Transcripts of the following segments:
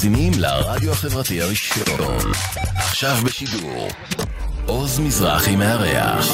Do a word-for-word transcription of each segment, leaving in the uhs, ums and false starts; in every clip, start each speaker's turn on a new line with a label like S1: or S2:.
S1: מאזינים לרדיו החברתי הראשון. עכשיו בשידור עוז מזרחי מארח.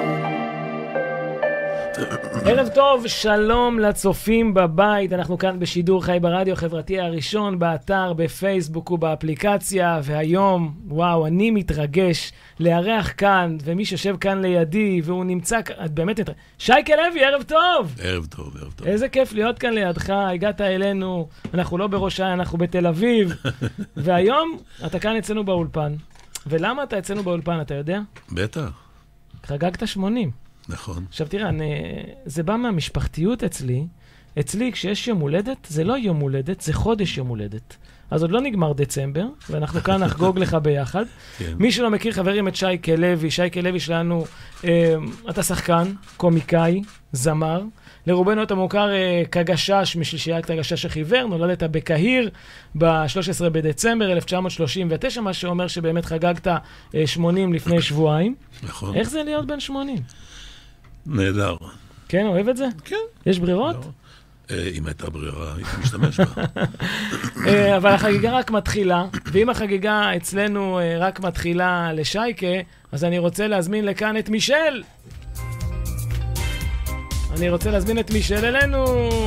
S2: ערב טוב, שלום לצופים בבית. אנחנו כאן בשידור חי ברדיו החברתי הראשון, באתר, בפייסבוק ובאפליקציה. והיום, וואו, אני מתרגש לארח כאן, ומי שיושב כאן לידי, והוא נמצא, את באמת נתרגש. שייקה לוי, ערב טוב.
S3: ערב טוב, ערב טוב.
S2: איזה כיף להיות כאן לידך, הגעת אלינו, אנחנו לא בראש העין, אנחנו בתל אביב. והיום אתה כאן אצלנו באולפן. ולמה אתה אצלנו באולפן, אתה יודע?
S3: בטח.
S2: חגגת שמונים.
S3: נכון.
S2: עכשיו תראה, אני, זה בא מהמשפחתיות אצלי. אצלי כשיש יום הולדת, זה לא יום הולדת, זה חודש יום הולדת. אז עוד לא נגמר דצמבר, ואנחנו כאן נחגוג לך ביחד. כן. מי שלא מכיר, חברים, את שייקה לוי. שייקה לוי שלנו, אה, אתה שחקן, קומיקאי, זמר. לרובנו אתה מוכר אה, כגשש, משלישיית הגשש החיוור. נולדת בקהיר ב-שלושה עשר בדצמבר אלף תשע מאות שלושים ותשע, מה שאומר שבאמת חגגת אה, שמונים לפני שבועיים. נכון. איך זה להיות בן שמונים?
S3: נהדר.
S2: כן, אוהב את זה?
S3: כן.
S2: יש ברירות?
S3: אם הייתה ברירה, הייתי משתמש בה.
S2: אבל החגיגה רק מתחילה, ואם החגיגה אצלנו רק מתחילה לשייקה, אז אני רוצה להזמין לכאן את מישל. אני רוצה להזמין את מישל אלינו.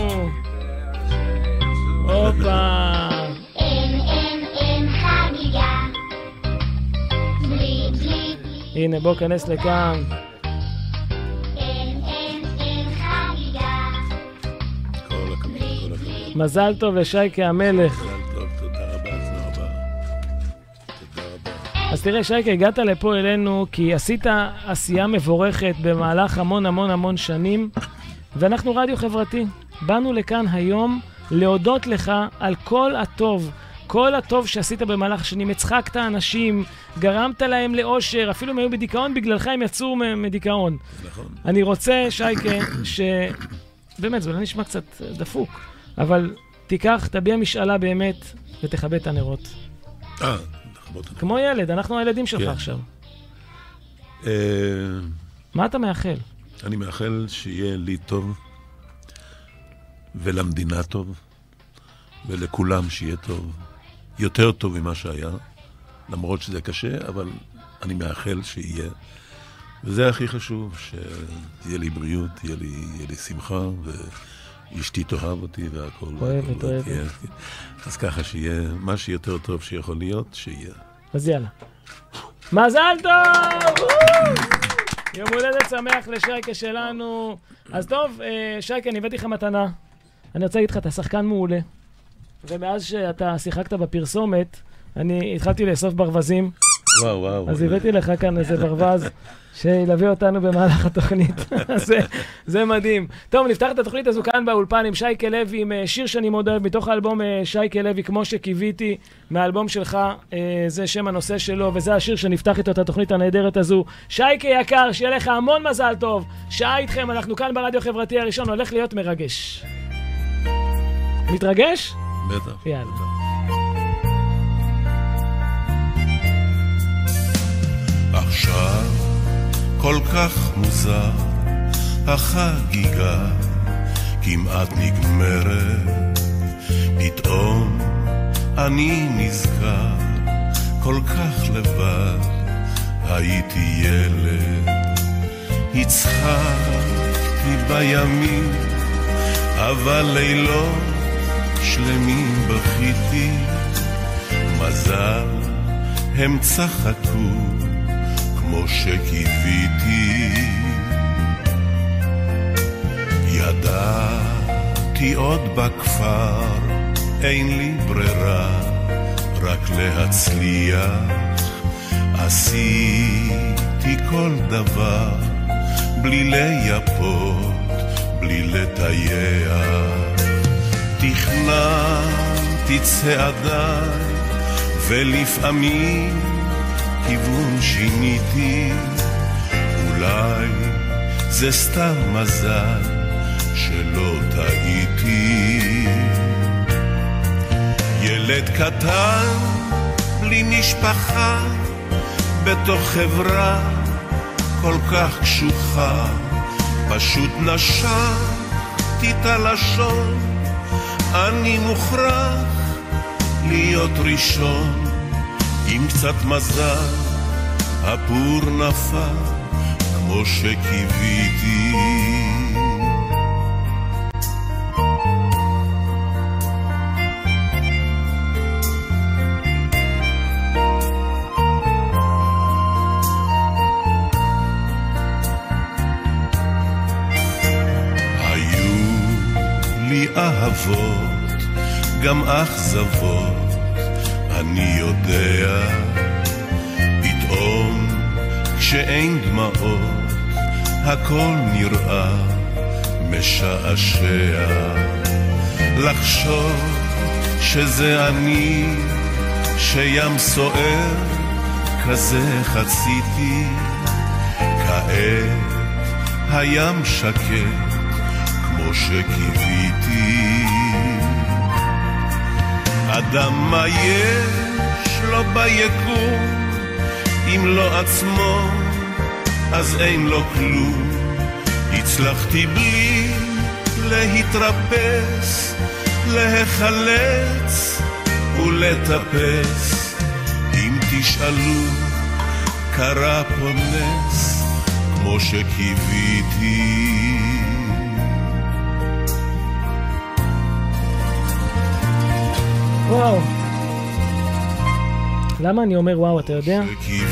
S2: הופה.
S4: אין, אין, אין חגיגה. בלי, בלי, בלי.
S2: הנה, בוא כנס לכאן. מזל טוב לשייקה המלך.
S3: מזל טוב, תודה רבה, תודה רבה. תודה רבה.
S2: אז תראה, שייקה, הגעת לפה אלינו כי עשית עשייה מבורכת במהלך המון המון המון שנים, ואנחנו רדיו חברתי. באנו לכאן היום להודות לך על כל הטוב, כל הטוב שעשית במהלך השנים. הצחקת אנשים, גרמת להם לאושר, אפילו אם היו בדיכאון, בגללך הם יצאו מדיכאון.
S3: נכון. אני
S2: רוצה, שייקה, ש... באמת, זה לא נשמע קצת דפוק. אבל תיקח, תביע משאלה באמת, ותכבה את הנרות.
S3: אה, לכבות את הנרות.
S2: כמו ילד, אנחנו הילדים שלך עכשיו. מה אתה מאחל?
S3: אני מאחל שיהיה לי טוב, ולמדינה טוב, ולכולם שיהיה טוב. יותר טוב ממה שהיה, למרות שזה קשה, אבל אני מאחל שיהיה. וזה הכי חשוב, שיהיה לי בריאות, יהיה לי, יהיה לי שמחה, ו... אשתי תאהב אותי והכל.
S2: אוהבת, אוהבת.
S3: אז ככה שיהיה, מה שיותר טוב שיכול להיות, שיהיה.
S2: אז יאללה. מזל טוב! יום הולדת שמח לשייקה שלנו. אז טוב, שייקה, אני הבאתי לך מתנה. אני רוצה להגיד לך, אתה שחקן מעולה. ומאז שאתה שיחקת בפרסומת, אני התחלתי לאסוף ברווזים.
S3: וואו, וואו.
S2: אז הבאתי לך כאן איזה ברווז שילווה אותנו במהלך התוכנית. זה, זה מדהים. טוב, נפתח את התוכנית הזו כאן באולפן עם שייקה לוי, עם שיר שאני מאוד אוהב, מתוך האלבום שייקה לוי, כמו שקיוויתי, מהאלבום שלך, זה שם הנושא שלו, וזה השיר שנפתח איתו את התוכנית הנהדרת הזו. שייקה יקר, שיהיה לך המון מזל טוב. שעה איתכם, אנחנו כאן ברדיו החברתי הראשון, הולך להיות מרגש. מתרגש?
S3: בטח.
S2: יאללה.
S5: עכשיו כל כך מוזר, החגיגה כמעט נגמרת, פתאום אני נזכר, כל כך לבד הייתי ילד, הצחקתי בימים, אבל לילות שלמים בכיתי, מזל הם צחקו כמו שקיוויתי, ידעתי עוד בכפר, אין לי ברירה, רק להצליח, עשיתי כל דבר, בלי לייפות, בלי לטייח, תכננתי צעדיי, ולפעמים כיוון שיניתי, אולי זה סתם מזל שלא טעיתי. ילד קטן בלי משפחה, בתוך חברה כל כך קשוחה, פשוט נשכתי את הלשון, אני מוכרח להיות ראשון, עם קצת מזל הפור נפל כמו שקיוויתי. אהבות, גם אכזבות, אני יודע, פתאום כשאין דמעות, הכל נראה משעשע. לחשוב שזה אני, שים סוער, כזה חציתי, כעת הים שקט, כמו שקיוויתי. אדם מה יש לו ביקום, אם לא עצמו אז אין לו כלום. הצלחתי בלי להתרפס, להיחלץ ולטפס. אם תשאלו קרה פה נס, כמו שקיוויתי.
S2: וואו. למה אני אומר וואו, אתה יודע?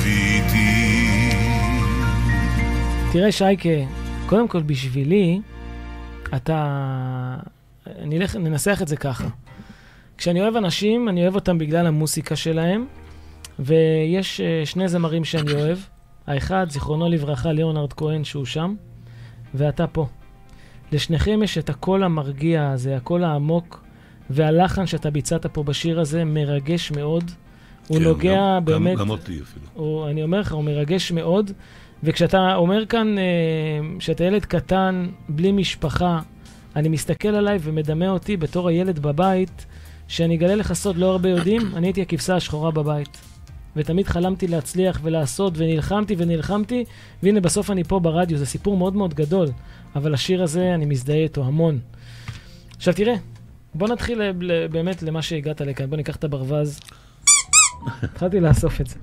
S2: תראה שייקה, קודם כל בשבילי, אתה... נלך, ננסח את זה ככה. כשאני אוהב אנשים, אני אוהב אותם בגלל המוסיקה שלהם, ויש שני זמרים שאני אוהב. האחד, זיכרונו לברכה, ליאונרד כהן, שהוא שם, ואתה פה. לשניכם יש את הקול המרגיע הזה, הקול העמוק, והלחן שאתה ביצעת פה בשיר הזה מרגש מאוד. הוא כן, נוגע גם, באמת...
S3: גם אותי אפילו.
S2: הוא, אני אומר לך, הוא מרגש מאוד. וכשאתה אומר כאן אה, שאתה ילד קטן, בלי משפחה, אני מסתכל עליי ומדמה אותי בתור הילד בבית, שאני אגלה לך סוד, לא הרבה יודעים, אני הייתי הכבשה השחורה בבית. ותמיד חלמתי להצליח ולעשות, ונלחמתי ונלחמתי, והנה בסוף אני פה ברדיו. זה סיפור מאוד מאוד גדול, אבל השיר הזה אני מזדהה איתו המון. עכשיו תראה, בוא נתחיל באמת למה שהגעת לכאן. בוא ניקח את הברווז. התחלתי לאסוף את זה.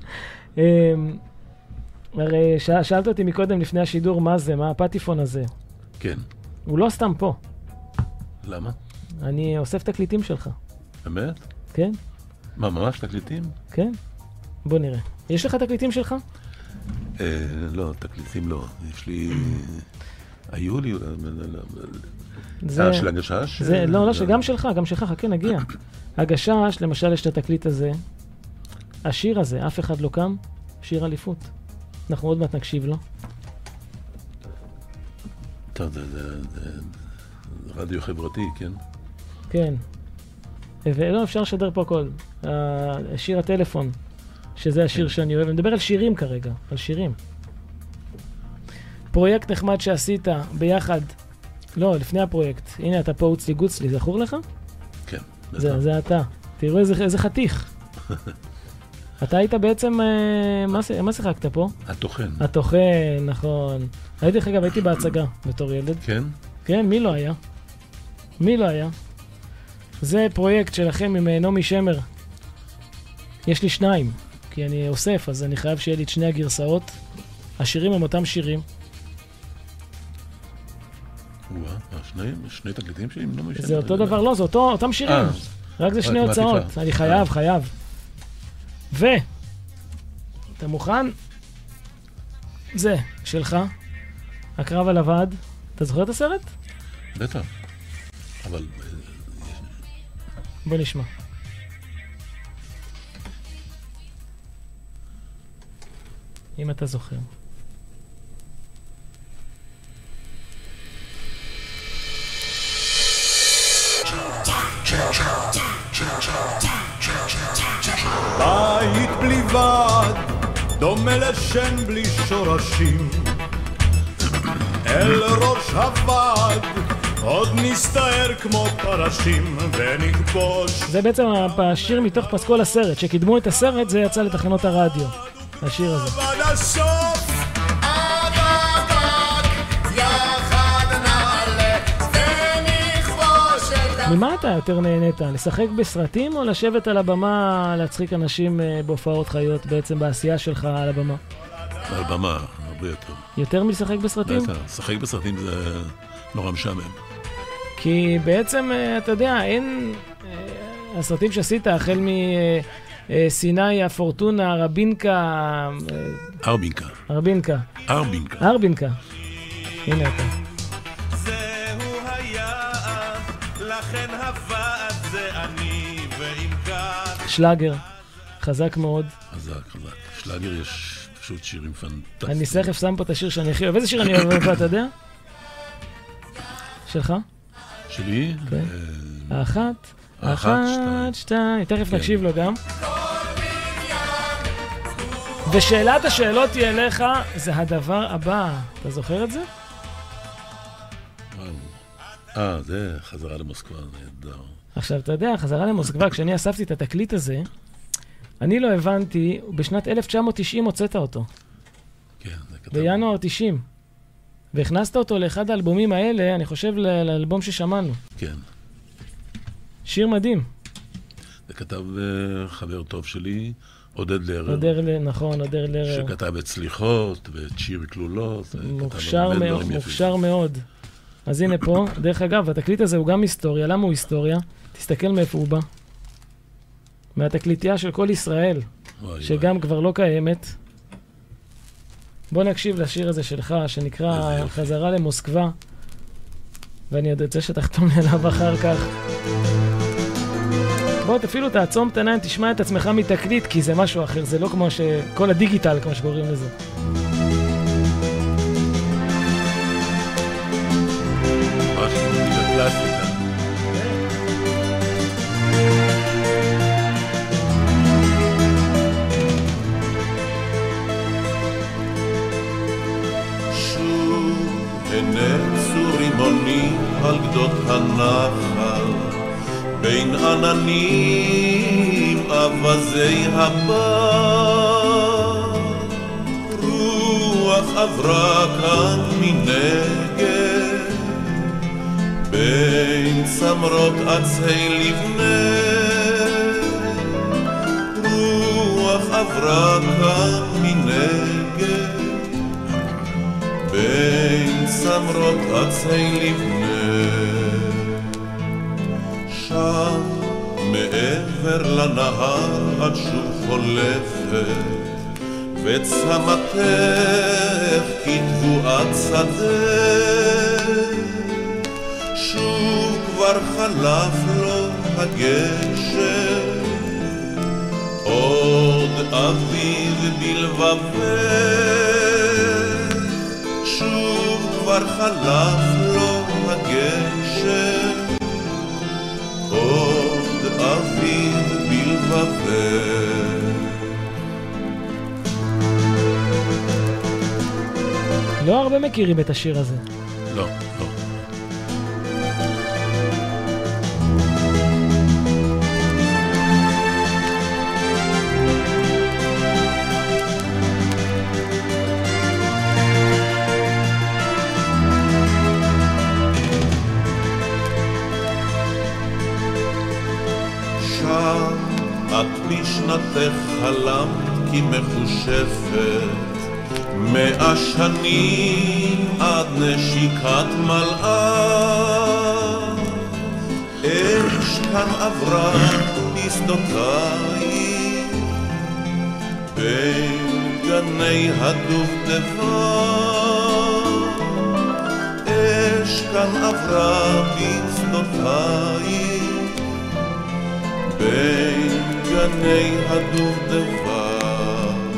S2: הרי שאלת אותי מקודם לפני השידור מה זה, מה הפטיפון הזה.
S3: כן.
S2: הוא לא סתם פה.
S3: למה?
S2: אני אוסף תקליטים שלך.
S3: באמת?
S2: כן.
S3: מה, ממש תקליטים?
S2: כן. בוא נראה. יש לך תקליטים שלך?
S3: לא, תקליטים לא. יש לי... היו לי...
S2: זה...
S3: של הגשש?
S2: זה, לא, לא, שגם שלך, גם שלך, חכה, נגיע. הגשש, למשל, יש את התקליט הזה. השיר הזה, אף אחד לא קם, שיר אליפות. אנחנו עוד מעט נקשיב לו.
S3: טוב, זה, זה, זה רדיו חברתי, כן?
S2: כן. ולא, אפשר לשדר פה הכל. שיר הטלפון, שזה השיר שאני אוהב. אני מדבר על שירים כרגע, על שירים. פרויקט נחמד שעשית ביחד. לא, לפני הפרויקט. הנה, אתה פה הוצלי גוצלי, זכור לך?
S3: כן.
S2: זה, זה אתה. תראו איזה, איזה חתיך. אתה היית בעצם, מה, מה שיחקת פה?
S3: התוכן.
S2: התוכן, נכון. הייתי, אגב, הייתי בהצגה בתור ילד.
S3: כן?
S2: כן, מי לא היה? מי לא היה? זה פרויקט שלכם עם נעמי שמר. יש לי שניים, כי אני אוסף, אז אני חייב שיהיה לי את שני הגרסאות. השירים הם אותם שירים.
S3: וואה, שני, שני תקליטים שלי עם נעמי שמר.
S2: זה אותו דבר, לא, זה אותו, אותם שירים.
S3: אה,
S2: רק זה שני הוצאות. אני חייב, חייב. ו... אתה מוכן? זה, שלך. הקרב על הוועד. אתה זוכר את הסרט?
S3: בטח. אבל...
S2: בוא נשמע. אם אתה זוכר.
S6: בית בלי ועד, דומה לשן בלי שורשים. אל ראש הוועד עוד נסתער כמו פרשים ונכבוש.
S2: זה בעצם השיר מתוך פסקול הסרט. שקידמו את הסרט, זה יצא לתחנות הרדיו. השיר הזה.
S6: עד הסוף, עד הדק, יחד נעלה ונכבוש את
S2: ממה אתה יותר נהנית? לשחק בסרטים או לשבת על הבמה, להצחיק אנשים בהופעות חיות בעצם בעשייה שלך על הבמה?
S3: על במה, הרבה יותר.
S2: יותר מלשחק בסרטים?
S3: בטח, לשחק בסרטים זה נורא משעמם.
S2: כי בעצם, אתה יודע, אין... הסרטים שעשית, החל מסיני, הפורטונה, רבינקה...
S3: ארבינקה.
S2: ארבינקה.
S3: ארבינקה.
S2: ארבינקה. הנה אתה.
S5: זהו היעד, לכן הוועד זה אני, ואם כך...
S2: שלאגר. חזק מאוד.
S3: חזק, חזק. שלאגר יש פשוט שירים פנטסטיים.
S2: אני סחף שם פה את השיר שאני הכי אוהב. איזה שיר אני אוהב פה, אתה יודע? שלך?
S3: שלי?
S2: כן. האחת. אחת, שתיים. תכף נקשיב לו גם. ושאלת השאלות היא אליך, זה הדבר הבא. אתה זוכר את זה?
S3: אה, זה חזרה למוסקבה, נהדר.
S2: עכשיו, אתה יודע, חזרה למוסקבה, כשאני אספתי את התקליט הזה, אני לא הבנתי, בשנת אלף תשע מאות תשעים הוצאת אותו.
S3: כן, זה כתב.
S2: בינואר תשעים. והכנסת אותו לאחד האלבומים האלה, אני חושב לאלבום ששמענו.
S3: כן.
S2: שיר מדהים.
S3: זה כתב חבר טוב שלי, עודד לרר.
S2: עודד לרר, נכון, עודד לרר.
S3: שכתב את סליחות ואת שיר כלולות.
S2: מוכשר מאוד, מוכשר מאוד. אז הנה פה, דרך אגב, התקליט הזה הוא גם היסטוריה. למה הוא היסטוריה? תסתכל מאיפה הוא בא. מהתקליטייה של כל ישראל, וואי שגם וואי. כבר לא קיימת. בוא נקשיב לשיר הזה שלך, שנקרא חזרה למוסקבה. ואני עוד רוצה שתחתום לי עליו אחר כך. בוא תפילו תעצום את העיניים, תשמע את עצמך מתקליט, כי זה משהו אחר, זה לא כמו שכל הדיגיטל, כמו שקוראים לזה.
S3: משהו, זה קלאסיקה.
S5: שוב הנצו רימונים על גדות הנחל, בין עננים אבזי הבר, רוח עברה כאן מנגד, בין צמרות עצי לבנה, רוח עברה כאן מנגד, בין צמרות עצי לבנה. שם מעבר לנהר את שוב חולפת, וצמתך כתבואת שדה, שוב כבר חלף לו הגשר, עוד אביב בלבבך, שוב כבר חלף לו הגשר, עוד אביב בלבבך.
S2: לא הרבה מכירים את השיר הזה.
S3: לא, לא.
S5: את בשנתך חלמת כי מחושפת, מאה שנים עד נשיקת מלאך, אש כאן עברה בשדותייך, בין גני הדובדבן, אש כאן עברה בשדותייך, בין גני הדובדבן.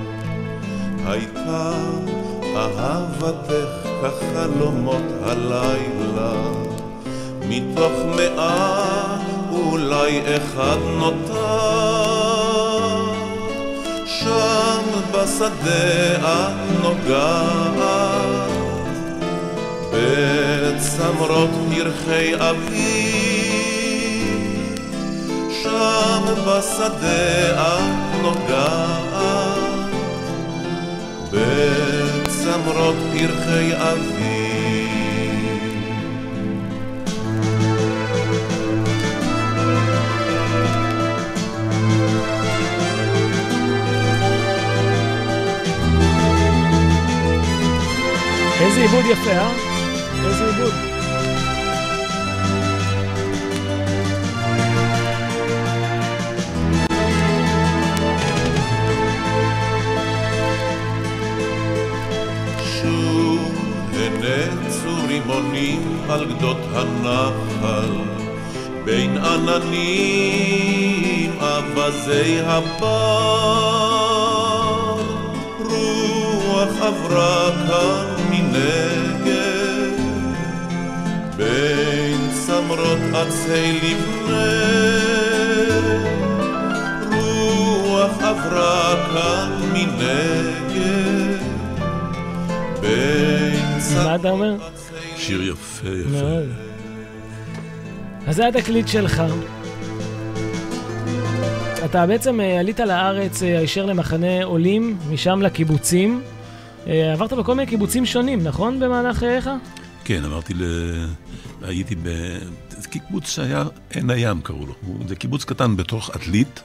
S5: הייתה אהבתך כחלומות הלילה, מתוך מאה אולי אחד נותר, שם בשדה את נוגעת, בצמרות פרחי אביב, שם בשדה את נוגעת, בצמרות פרחי אביב.
S2: איזה עיבוד יפה, אה? איזה עיבוד.
S5: רימונים על גדות הנחל בין עננים אבזי הבר רוח עברה כאן מנגד בין צמרות עצי לבנה רוח עברה כאן מנגד בין
S2: מה אתה אומר?
S3: שיר יפה, יפה.
S2: מאוד. אז זה התקליט שלך. אתה בעצם עלית לארץ הישר למחנה עולים, משם לקיבוצים. עברת בכל מיני קיבוצים שונים, נכון? במהלך חייך?
S3: כן, עברתי ל... הייתי ב... זה קיבוץ שהיה עין הים, קראו לו. זה קיבוץ קטן בתוך עתלית,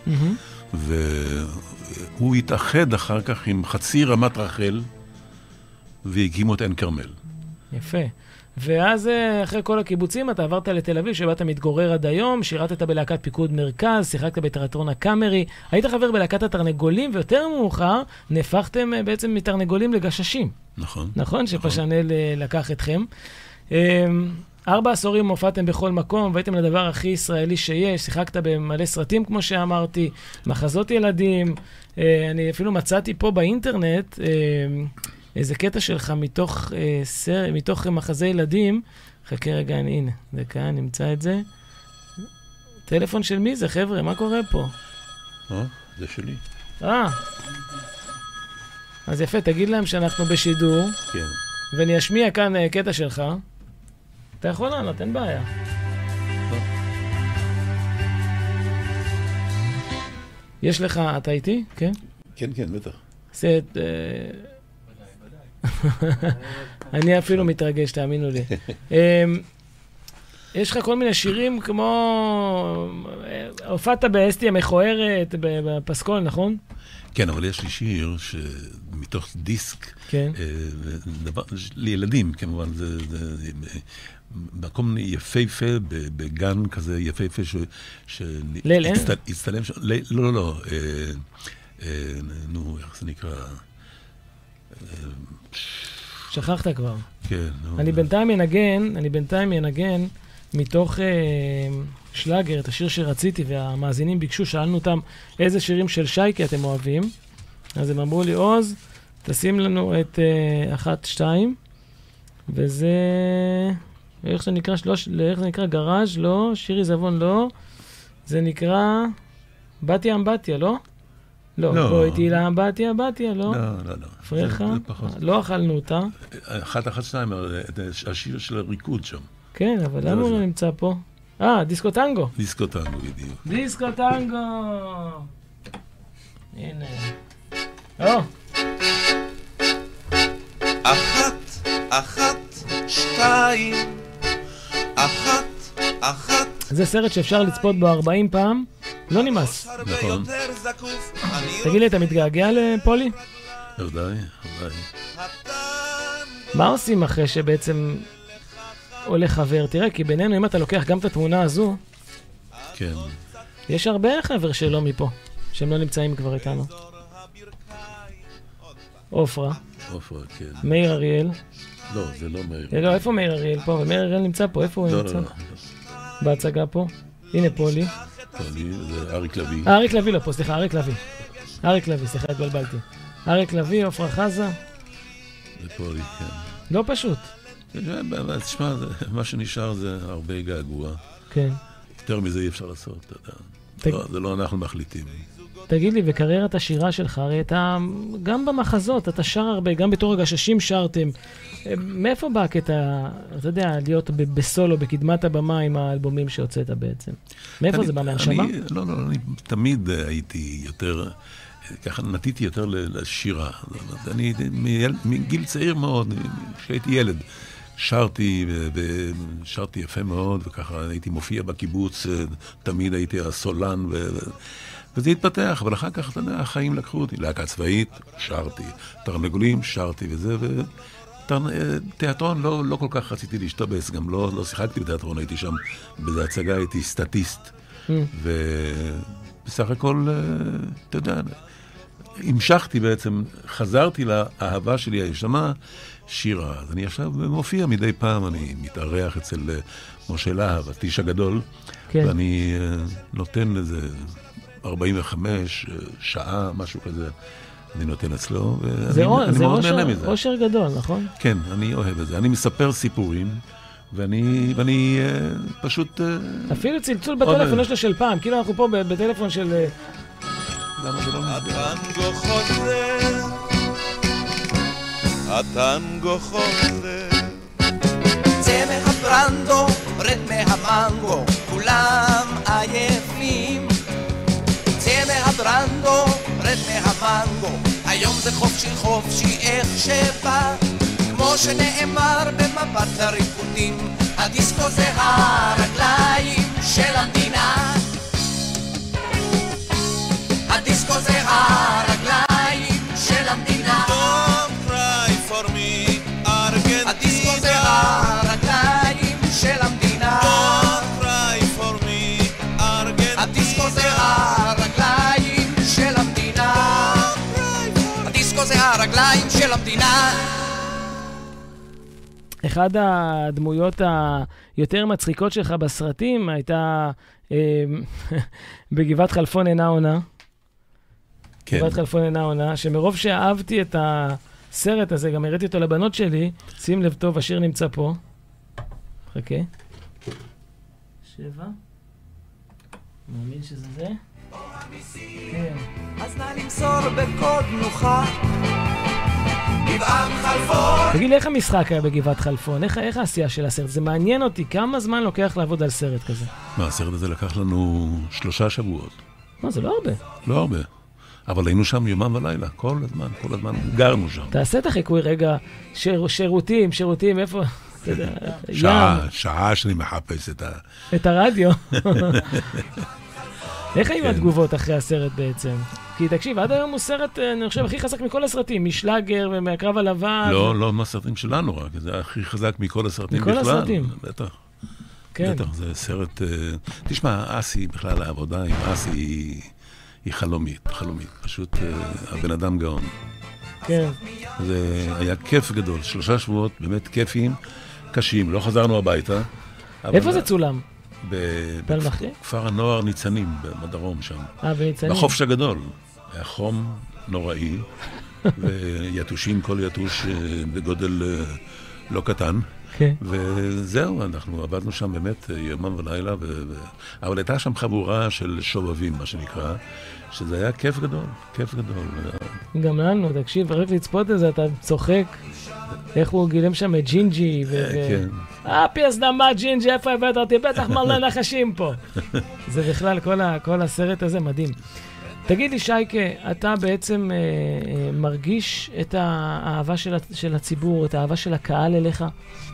S3: והוא התאחד אחר כך עם חצי רמת רחל, והקימו את עין כרמל.
S2: יפה. ואז אחרי כל הקיבוצים אתה עברת לתל אביב, שבה אתה מתגורר עד היום, שירתת בלהקת פיקוד מרכז, שיחקת בתיאטרון הקאמרי, היית חבר בלהקת התרנגולים, ויותר מאוחר נהפכתם בעצם מתרנגולים לגששים.
S3: נכון.
S2: נכון? שפשנל לקח אתכם. ארבע עשורים הופעתם בכל מקום, והייתם לדבר הכי ישראלי שיש, שיחקת במלא סרטים כמו שאמרתי, מחזות ילדים, אני אפילו מצאתי פה באינטרנט, איזה קטע שלך מתוך, אה, סר, מתוך מחזי ילדים. חכה רגע, הנה, דקה, נמצא את זה. טלפון של מי זה, חבר'ה? מה קורה פה?
S3: אה, זה שלי.
S2: אה. אז יפה, תגיד להם שאנחנו בשידור.
S3: כן.
S2: ואני אשמיע כאן אה, קטע שלך. אתה יכול לענות, אין בעיה.
S3: לא.
S2: יש לך, אתה איתי? כן?
S3: כן, כן, בטח.
S2: זה... אה... אני אפילו מתרגש, תאמינו לי. יש לך כל מיני שירים כמו... הופעת באסתי המכוערת, בפסקול, נכון?
S3: כן, אבל יש לי שיר שמתוך דיסק,
S2: כן.
S3: לילדים, כמובן, זה מקום יפהפה, בגן כזה יפהפה,
S2: ליל אין?
S3: הצטלם... לא, לא, לא. נו, איך זה נקרא...
S2: שכחת כבר.
S3: כן.
S2: אני בינתיים ינגן, אני בינתיים ינגן מתוך אה, שלאגר, את השיר שרציתי, והמאזינים ביקשו, שאלנו אותם איזה שירים של שייקה אתם אוהבים. אז הם אמרו לי, עוז, תשים לנו את אה, אחת, שתיים, וזה... איך זה נקרא? שלוש, איך זה נקרא? גראז' לא, שירי זבון לא, זה נקרא בתיה אמבטיה, לא? לא,
S3: לא.
S2: בואי איתי לאמבטיה, אמבטיה, לא?
S3: לא, לא, לא.
S2: פריחה? לא אכלנו אותה.
S3: אחת, אחת, שתיים, השיר של הריקוד שם.
S2: כן, אבל למה הוא לא נמצא פה? אה, דיסקו טנגו.
S3: דיסקו טנגו, בדיוק.
S2: דיסקו טנגו! הנה. או!
S5: אחת, אחת, שתיים, אחת, אחת.
S2: זה סרט שאפשר לצפות בו ארבעים פעם, לא נמאס.
S3: נכון.
S2: תגיד לי, אתה מתגעגע לפולי?
S3: ודאי, ודאי.
S2: מה עושים אחרי שבעצם עולה חבר? תראה, כי בינינו, אם אתה לוקח גם את התמונה הזו,
S3: כן.
S2: יש הרבה חבר שלא מפה, שהם לא נמצאים כבר איתנו. אופרה.
S3: אופרה, כן.
S2: מאיר אריאל.
S3: לא, זה לא מאיר.
S2: לא, איפה מאיר אריאל פה? ומאיר אריאל נמצא פה, איפה הוא
S3: לא,
S2: נמצא?
S3: לא, לא.
S2: בהצגה פה. הנה פולי.
S3: פולי, זה אריק לוי.
S2: אריק לוי לא פה, סליחה, אריק לוי. אריק לוי, סליחה, התבלבלתי. אריק לוי, אופרה חזה.
S3: זה פולי, כן.
S2: לא פשוט.
S3: תשמע, מה שנשאר זה הרבה געגוע.
S2: כן.
S3: יותר מזה אי אפשר לעשות, אתה יודע. זה לא אנחנו מחליטים.
S2: תגיד לי, וקריירת השירה שלך, הרי אתה, גם במחזות, אתה שר הרבה, גם בתור הגששים שרתם. מאיפה בא הקטע, אתה יודע, להיות בסולו, בקדמת הבמה עם האלבומים שהוצאת בעצם? מאיפה זה בא, מהנשמה?
S3: לא, לא, אני תמיד הייתי יותר, ככה נטיתי יותר לשירה. אני מגיל צעיר מאוד, כשהייתי ילד, שרתי, ושרתי יפה מאוד, וככה הייתי מופיע בקיבוץ, תמיד הייתי הסולן, וזה התפתח, אבל אחר כך, אתה יודע, החיים לקחו אותי. להקה צבאית, שרתי. תרנגולים, שרתי וזה, תיאטרון לא, לא כל כך רציתי להשתבס, גם לא, לא שיחקתי בתיאטרון, הייתי שם באיזו הצגה, הייתי סטטיסט. Mm. ובסך הכל, אתה יודע, המשכתי בעצם, חזרתי לאהבה שלי הישנה, שירה. אז אני עכשיו מופיע מדי פעם, אני מתארח אצל משה להב, הטיש הגדול, כן. ואני נותן איזה ארבעים וחמש שעה, משהו כזה. אני נותן אצלו, ואני מאוד נהנה מזה. זה אושר
S2: גדול, נכון?
S3: כן, אני אוהב את זה. אני מספר סיפורים, ואני, ואני פשוט...
S2: אפילו צלצול בטלפון יש לו של פעם, כאילו אנחנו פה בטלפון של...
S3: למה זה לא נסגר?
S5: הטנגו חוזר, הטנגו חוזר. צא מהברנדו, רד מהמנגו, כולם עייפים. צא מהברנדו, רד מהמנגו, היום זה חופשי חופשי איך שבא, כמו שנאמר במפת הריקודים, הדיסקו זה הרגליים של המדינה. הדיסקו זה הרגליים של המדינה. Don't cry for me, ארגנטינה. הדיסקו זה הרגליים של המדינה. Don't cry for me, ארגנטינה. הדיסקו זה הרגליים של המדינה. הדיסקו זה הרגליים של המדינה.
S2: אחד הדמויות היותר מצחיקות שלך בסרטים הייתה בגבעת חלפון אינה עונה. כן. גבעת חלפון אינה עונה, שמרוב שאהבתי את הסרט הזה, גם הראיתי אותו לבנות שלי, שים לב טוב, השיר נמצא פה. חכה. שבע. מאמין שזה זה? כן.
S5: אז נא למסור בקוד נוחה. גבעת חלפון.
S2: תגיד לי, איך המשחק היה בגבעת חלפון? איך, איך העשייה של הסרט? זה מעניין אותי, כמה זמן לוקח לעבוד על סרט כזה?
S3: מה, הסרט הזה לקח לנו שלושה שבועות.
S2: מה, זה לא הרבה.
S3: לא הרבה. אבל היינו שם יומם ולילה, כל הזמן, כל הזמן, גרנו שם.
S2: תעשה את החיקוי רגע, שיר, שירותים, שירותים, איפה?
S3: שעה, שעה שאני מחפש את ה...
S2: את הרדיו. איך היו התגובות אחרי הסרט בעצם? כי תקשיב, עד היום הוא סרט, אני חושב, הכי חזק מכל הסרטים, משלאגר ומהקרב הלבן.
S3: לא, לא מהסרטים שלנו רק, זה הכי חזק מכל הסרטים בכלל.
S2: מכל הסרטים.
S3: בטח.
S2: כן.
S3: בטח, זה סרט... תשמע, אסי, בכלל העבודה עם אסי היא... היא חלומית, חלומית. פשוט הבן אדם גאון.
S2: כן.
S3: זה היה כיף גדול. שלושה שבועות באמת כיפיים, קשים. לא חזרנו הביתה.
S2: איפה זה צולם?
S3: בכפר הנוער ניצנים, בדרום שם.
S2: אה, בניצנים.
S3: בחופש הגדול. היה חום נוראי, ויתושים, כל יתוש בגודל לא קטן. Okay. וזהו, אנחנו עבדנו שם באמת יומם ולילה, ו... אבל הייתה שם חבורה של שובבים, מה שנקרא, שזה היה כיף גדול, כיף גדול.
S2: גם לנו, תקשיב, רק לצפות את זה, אתה צוחק, איך הוא גילם שם את ג'ינג'י, ו... כן. אה, פיאס דמה ג'ינג'י, איפה הבאת אותי? בטח מלא נחשים פה. זה בכלל, כל, ה... כל הסרט הזה מדהים. תגיד לי, שייקה, אתה בעצם אה, אה, מרגיש את האהבה של, של הציבור, את האהבה של הקהל אליך?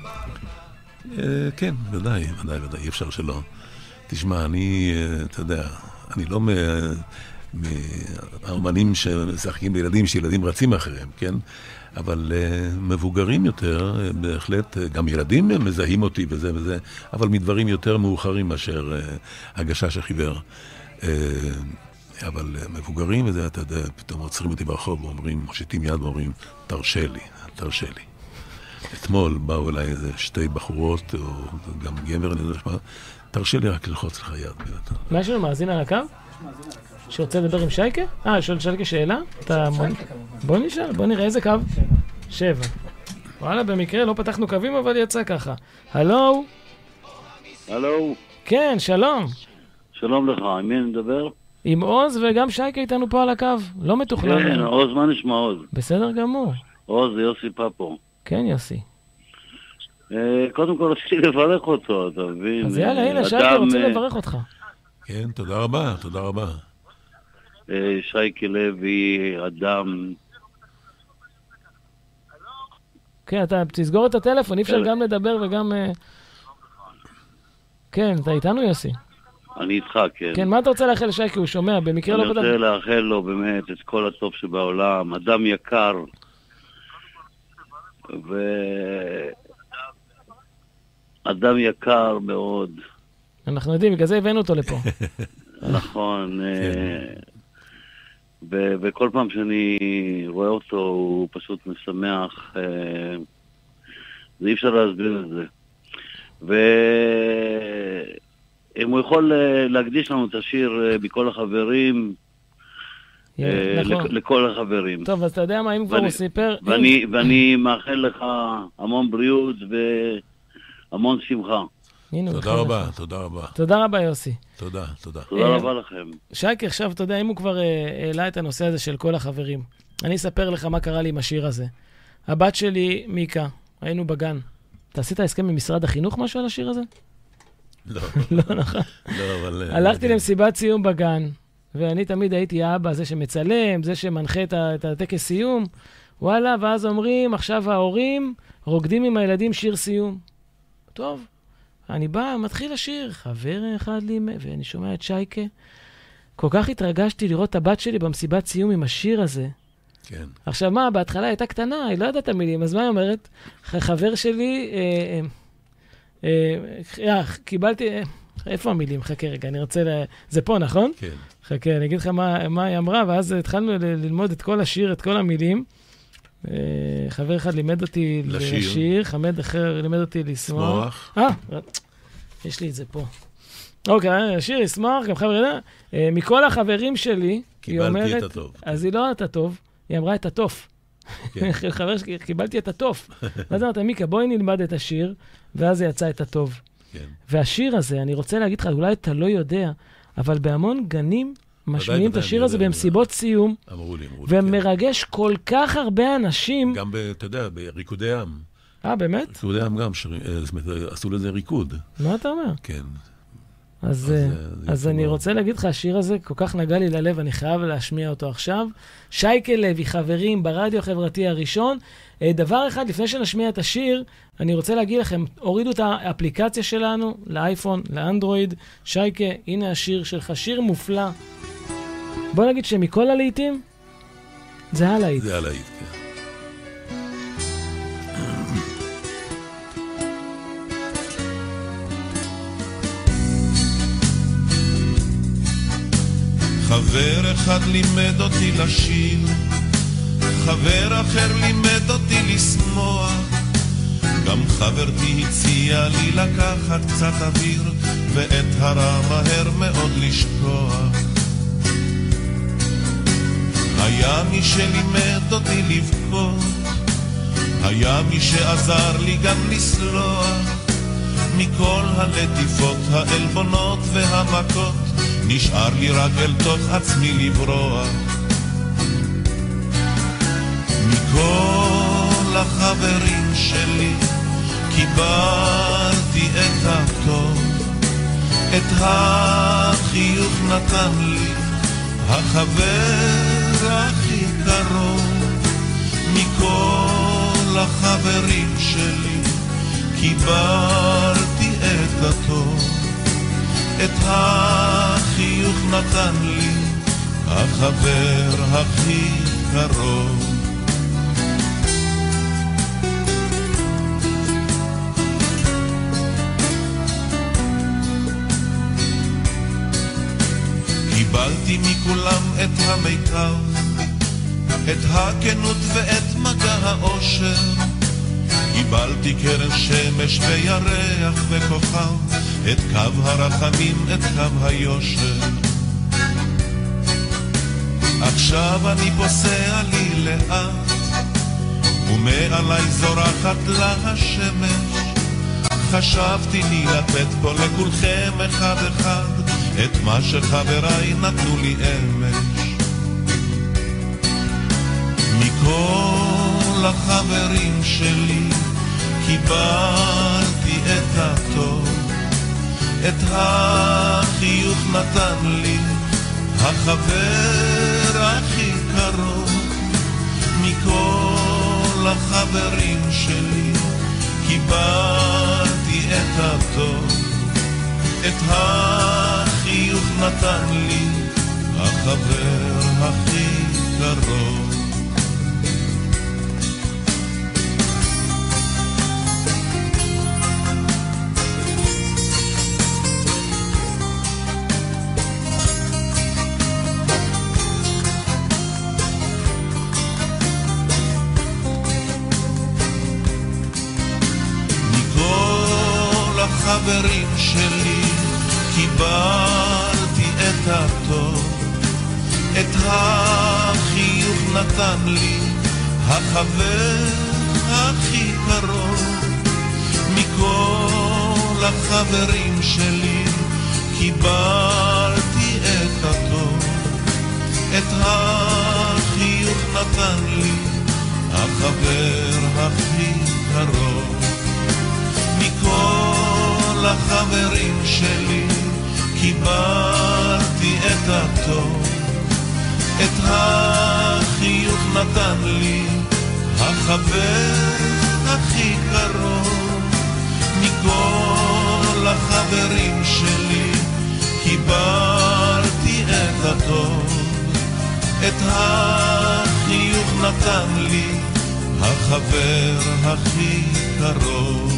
S3: כן, ודאי, ודאי, ודאי, אי אפשר שלא. תשמע, אני, אתה יודע, אני לא מהאומנים שמשחקים בילדים, שילדים רצים אחריהם, כן? אבל מבוגרים יותר, בהחלט, גם ילדים מזהים אותי וזה וזה, אבל מדברים יותר מאוחרים מאשר הגשש החיוור. אבל מבוגרים, וזה, אתה יודע, פתאום עוצרים אותי ברחוב ואומרים, מושיטים יד ואומרים, תרשה לי, תרשה לי. אתמול באו אליי איזה שתי בחורות, או גם גבר, אני יודע שמה, תרשה לי רק ללחוץ לך יד.
S2: מה יש לנו, מאזין על הקו? יש מאזין על הקו. שרוצה לדבר עם שייקה? אה, שואל שייקה שאלה? שייקה כמובן. בוא נשאל, בוא נראה איזה קו. שבע. וואלה, במקרה לא פתחנו קווים, אבל יצא ככה. הלו?
S7: הלו?
S2: כן, שלום.
S7: שלום לך, עם מי אני מדבר?
S2: עם עוז, וגם שייקה איתנו פה על הקו. לא מתוכנן.
S7: כן, עוז, מה נשמע עוז?
S2: בסדר גמור.
S7: עוז, זה יוסי פאפו.
S2: כן, יוסי.
S7: קודם כל רציתי לברך אותו, אתה מבין?
S2: אז יאללה, הנה, שייקה רוצה לברך אותך.
S3: כן, תודה רבה, תודה רבה.
S7: שייקה לוי, אדם...
S2: כן, אתה תסגור את הטלפון, אי אפשר גם לדבר וגם... כן, אתה איתנו, יוסי?
S7: אני איתך, כן.
S2: כן, מה אתה רוצה לאחל לשייקה? הוא שומע, במקרה לא...
S7: אני רוצה לאחל לו באמת את כל הטוב שבעולם, אדם יקר. ואדם יקר מאוד.
S2: אנחנו יודעים, בגלל זה הבאנו אותו לפה.
S7: נכון. וכל פעם שאני רואה אותו, הוא פשוט משמח. זה אי אפשר להסביר את זה. ואם הוא יכול להקדיש לנו את השיר מכל החברים, לכל החברים.
S2: טוב, אז אתה יודע מה, אם כבר הוא סיפר...
S7: ואני מאחל לך המון בריאות והמון שמחה.
S3: תודה רבה, תודה רבה.
S2: תודה רבה, יוסי.
S3: תודה, תודה.
S7: תודה רבה לכם.
S2: שייקה, עכשיו, אתה יודע, אם הוא כבר העלה את הנושא הזה של כל החברים, אני אספר לך מה קרה לי עם השיר הזה. הבת שלי, מיקה, היינו בגן. אתה עשית הסכם עם משרד החינוך משהו על השיר הזה?
S3: לא.
S2: לא, נכון.
S3: לא, אבל...
S2: הלכתי למסיבת סיום בגן, ואני תמיד הייתי האבא, זה שמצלם, זה שמנחה את הטקס סיום. וואלה, ואז אומרים, עכשיו ההורים רוקדים עם הילדים שיר סיום. טוב. אני בא, מתחיל לשיר, חבר אחד לי, ואני שומע את שייקה. כל כך התרגשתי לראות את הבת שלי במסיבת סיום עם השיר הזה.
S3: כן.
S2: עכשיו מה, בהתחלה הייתה קטנה, היא לא יודעת את המילים, אז מה היא אומרת? חבר שלי, אה, אה, אה, קיבלתי, אה, איפה המילים? חכה רגע, אני רוצה, ל... זה פה, נכון?
S3: כן.
S2: חכה, אני אגיד לך מה, מה היא אמרה, ואז התחלנו ל- ללמוד את כל השיר, את כל המילים. אה, חבר אחד לימד אותי
S3: לשיר,
S2: לשיר, חמד אחר לימד אותי לשמוח.
S3: שמוח.
S2: אה, יש לי את זה פה. אוקיי, השיר ישמח, גם חבר ידע. אה, מכל החברים שלי, היא אומרת...
S3: קיבלתי את הטוב.
S2: אז היא לא את הטוב, היא אמרה את הטוב.
S3: כן.
S2: חבר שלי, קיבלתי את הטוב. ואז אמרת, מיקה, בואי נלמד את השיר, ואז זה יצא את הטוב.
S3: כן.
S2: והשיר הזה, אני רוצה להגיד לך, אולי אתה לא יודע, אבל בהמון גנים משמיעים את השיר הזה במסיבות סיום,
S3: אמרו לי, אמרו לי,
S2: ומרגש כל כך הרבה אנשים.
S3: גם, אתה יודע, בריקודי עם.
S2: אה, באמת?
S3: ריקודי עם גם, זאת אומרת, עשו לזה ריקוד.
S2: מה אתה אומר?
S3: כן.
S2: אז, אז אני רוצה להגיד לך, השיר הזה כל כך נגע לי ללב, אני חייב להשמיע אותו עכשיו. שייקה לוי, חברים, ברדיו החברתי הראשון. דבר אחד, לפני שנשמיע את השיר, אני רוצה להגיד לכם, הורידו את האפליקציה שלנו לאייפון, לאנדרואיד. שייקה, הנה השיר שלך, שיר מופלא. בוא נגיד שמכל הלהיטים, זה הלהיט.
S3: זה הלהיט, כן.
S6: חבר אחד לימד אותי לשיר, חבר אחר לימד אותי לשמוח, גם חברתי הציעה לי לקחת קצת אוויר, ואת הרע מהר מאוד לשכוח. היה מי שלימד אותי לבכות, היה מי שעזר לי גם לסלוח, מכל הלטיפות, העלבונות והמכות, נשאר לי רק אל תוך עצמי לברוח. מכל החברים שלי קיבלתי את הטוב, את החיוך נתן לי החבר הכי קרוב. מכל החברים שלי קיבלתי את הטוב, את החיוך נתן לי החבר הכי קרוב. קיבלתי מכולם את המיטב, את הכנות ואת מגע האושר, קיבלתי קרן שמש וירח וכוכב, את קו הרחמים, את קו היושר. עכשיו אני פוסע לי לאט, ומעלי זורחת לה השמש. חשבתי לי לתת פה לכולכם אחד אחד את מה שחבריי נתנו לי אמש. מכל החברים שלי קיבלתי את הטוב, את החיוך נתן לי החבר הכי קרוב. מכל החברים שלי קיבלתי את הטוב, את החיוך נתן לי החבר הכי קרוב. החברים שלי, קיבלתי את הטוב, את החיוך נתן לי החבר הכי קרוב. מכל החברים שלי קיבלתי את הטוב, את החיוך נתן לי החבר הכי קרוב. מכל החברים שלי קיבלתי את הטוב, את החיוך נתן לי החבר הכי קרוב. מכל החברים שלי קיבלתי את הטוב, את החיוך נתן לי החבר הכי קרוב.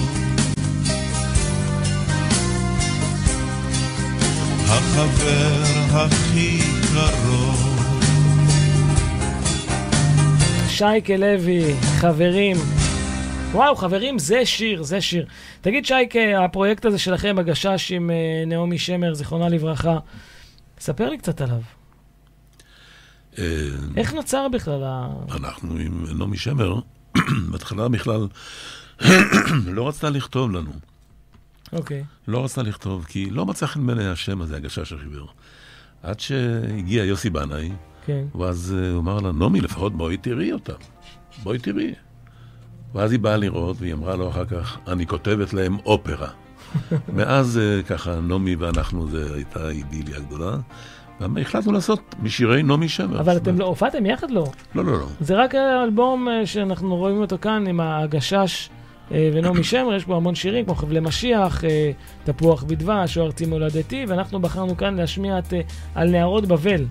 S6: החבר הכי קרוב.
S2: שייקה לוי, חברים. וואו, חברים, זה שיר, זה שיר. תגיד, שייקה, הפרויקט הזה שלכם, הגשש עם uh, נעמי שמר, זיכרונה לברכה, ספר לי קצת עליו. איך נוצר בכלל?
S3: אנחנו עם נעמי שמר, בהתחלה בכלל לא רצתה לכתוב לנו.
S2: אוקיי.
S3: לא רצתה לכתוב, כי לא מצא חן בעיני השם הזה, הגשש החיוור. עד שהגיע יוסי בנאי,
S2: כן.
S3: ואז הוא אמר לה, נעמי, לפחות בואי תראי אותה. בואי תראי. ואז היא באה לראות, והיא אמרה לו אחר כך, אני כותבת להם אופרה. מאז ככה, נעמי ואנחנו, זה הייתה אידיליה גדולה. והחלטנו לעשות משירי נעמי שמר.
S2: אבל אתם לא הופעתם יחד? לא.
S3: לא, לא, לא.
S2: זה רק האלבום שאנחנו רואים אותו כאן עם הגשש ונעמי שמר, יש בו המון שירים, כמו חבלי משיח, תפוח בדבש, או ארצי מולדתי, ואנחנו בחרנו כאן להשמיע את על נערות בבל.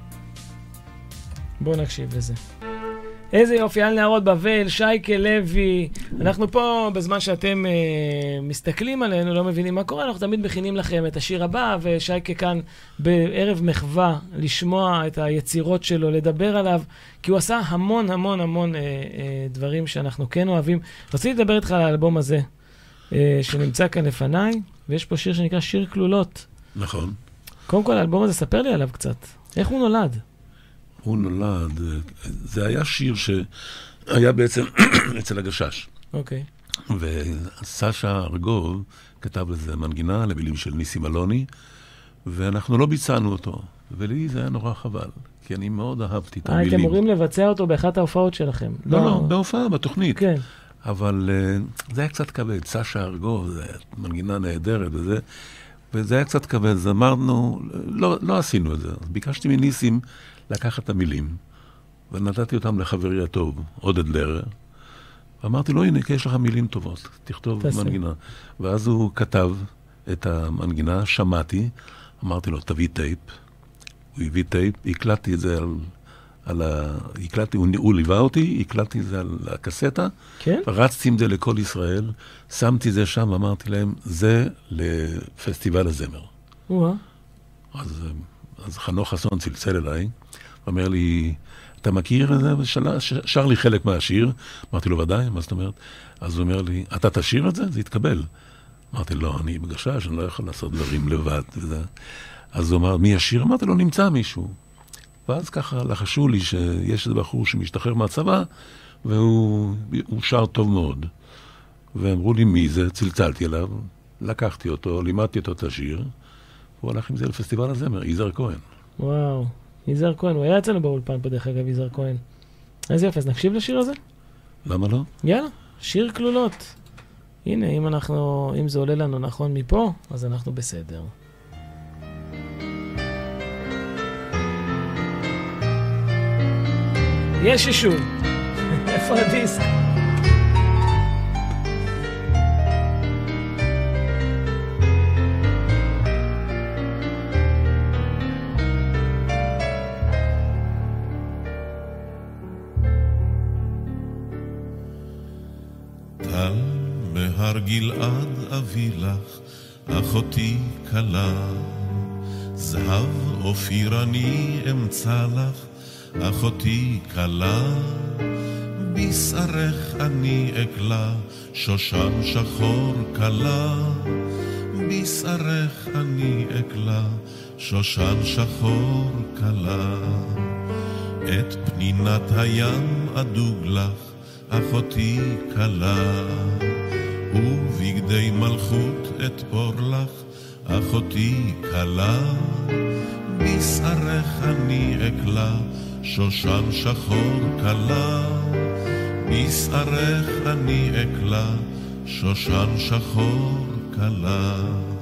S2: בואו נקשיב לזה. איזה יופי, על נערות בבל, שייקה לוי. אנחנו פה, בזמן שאתם אה, מסתכלים עלינו, לא מבינים מה קורה, אנחנו תמיד מכינים לכם את השיר הבא, ושייקה כאן בערב מחווה, לשמוע את היצירות שלו, לדבר עליו, כי הוא עשה המון המון המון אה, אה, דברים שאנחנו כן אוהבים. רציתי לדבר איתך על האלבום הזה, אה, שנמצא כאן לפניי, ויש פה שיר שנקרא שיר כלולות.
S3: נכון.
S2: קודם כל, האלבום הזה, ספר לי עליו קצת. איך הוא נולד?
S3: הוא נולד, זה היה שיר שהיה בעצם אצל הגשש.
S2: אוקיי.
S3: וסשה ארגוב כתב לזה מנגינה למילים של ניסים אלוני, ואנחנו לא ביצענו אותו. ולי זה היה נורא חבל, כי אני מאוד אהבתי את המילים.
S2: אתם אמורים לבצע אותו באחת ההופעות שלכם.
S3: לא, לא, בהופעה, בתוכנית.
S2: כן.
S3: אבל זה היה קצת כבד. סשה ארגוב, זה מנגינה נהדרת וזה, וזה היה קצת כבד. אז אמרנו, לא, לא עשינו את זה. אז ביקשתי מניסים לקחת את המילים, ונתתי אותם לחברי הטוב, עודד לרר, ואמרתי לו, הנה, כי יש לך מילים טובות, תכתוב תעשה. מנגינה. ואז הוא כתב את המנגינה, שמעתי, אמרתי לו, תביא טייפ. הוא הביא טייפ, הקלטתי את זה על, על ה... הקלטתי, הוא, הוא ליווה אותי, הקלטתי את זה על הקסטה,
S2: כן?
S3: ורצתי עם זה לכל ישראל, שמתי זה שם, ואמרתי להם, זה לפסטיבל הזמר.
S2: וואה.
S3: אז, אז חנוך חסון צלצל אליי, אומר לי, אתה מכיר את זה? שר לי חלק מהשיר. אמרתי לו, ודאי, מה זאת אומרת? אז הוא אומר לי, אתה תשיר את זה? זה יתקבל. אמרתי, לא, אני בגשש, אני לא יכול לעשות דברים לבד. וזה. אז הוא אמר, מי ישיר? אמרתי לו, נמצא מישהו. ואז ככה לחשו לי שיש איזה בחור שמשתחרר מהצבא, והוא שר טוב מאוד. ואמרו לי, מי זה? צלצלתי אליו, לקחתי אותו, לימדתי אותו את השיר, והוא הלך עם זה לפסטיבל הזמר, יזהר כהן.
S2: וואו. יזהר כהן, הוא היה אצלנו באולפן פה דרך אגב, יזהר כהן. איזה יפה, אז נקשיב לשיר הזה?
S3: למה לא?
S2: יאללה, שיר כלולות. הנה, אם אנחנו, אם זה עולה לנו נכון מפה, אז אנחנו בסדר. יש אישור. איפה הדיסק?
S6: בהר גלעד אביא לך, אחותי קלה, זהב אופיר אני אמצא לך, אחותי קלה, בשערך אני אקלה, שושן שחור קלה, בשערך אני אקלה, שושן שחור קלה. את פנינת הים אדוג לך, אחותי קלה, ובגדי מלכות אתפור לך, אחותי קלה. בשערך אני אקלה, שושן שחור קלה. בשערך אני אקלה, שושן שחור קלה.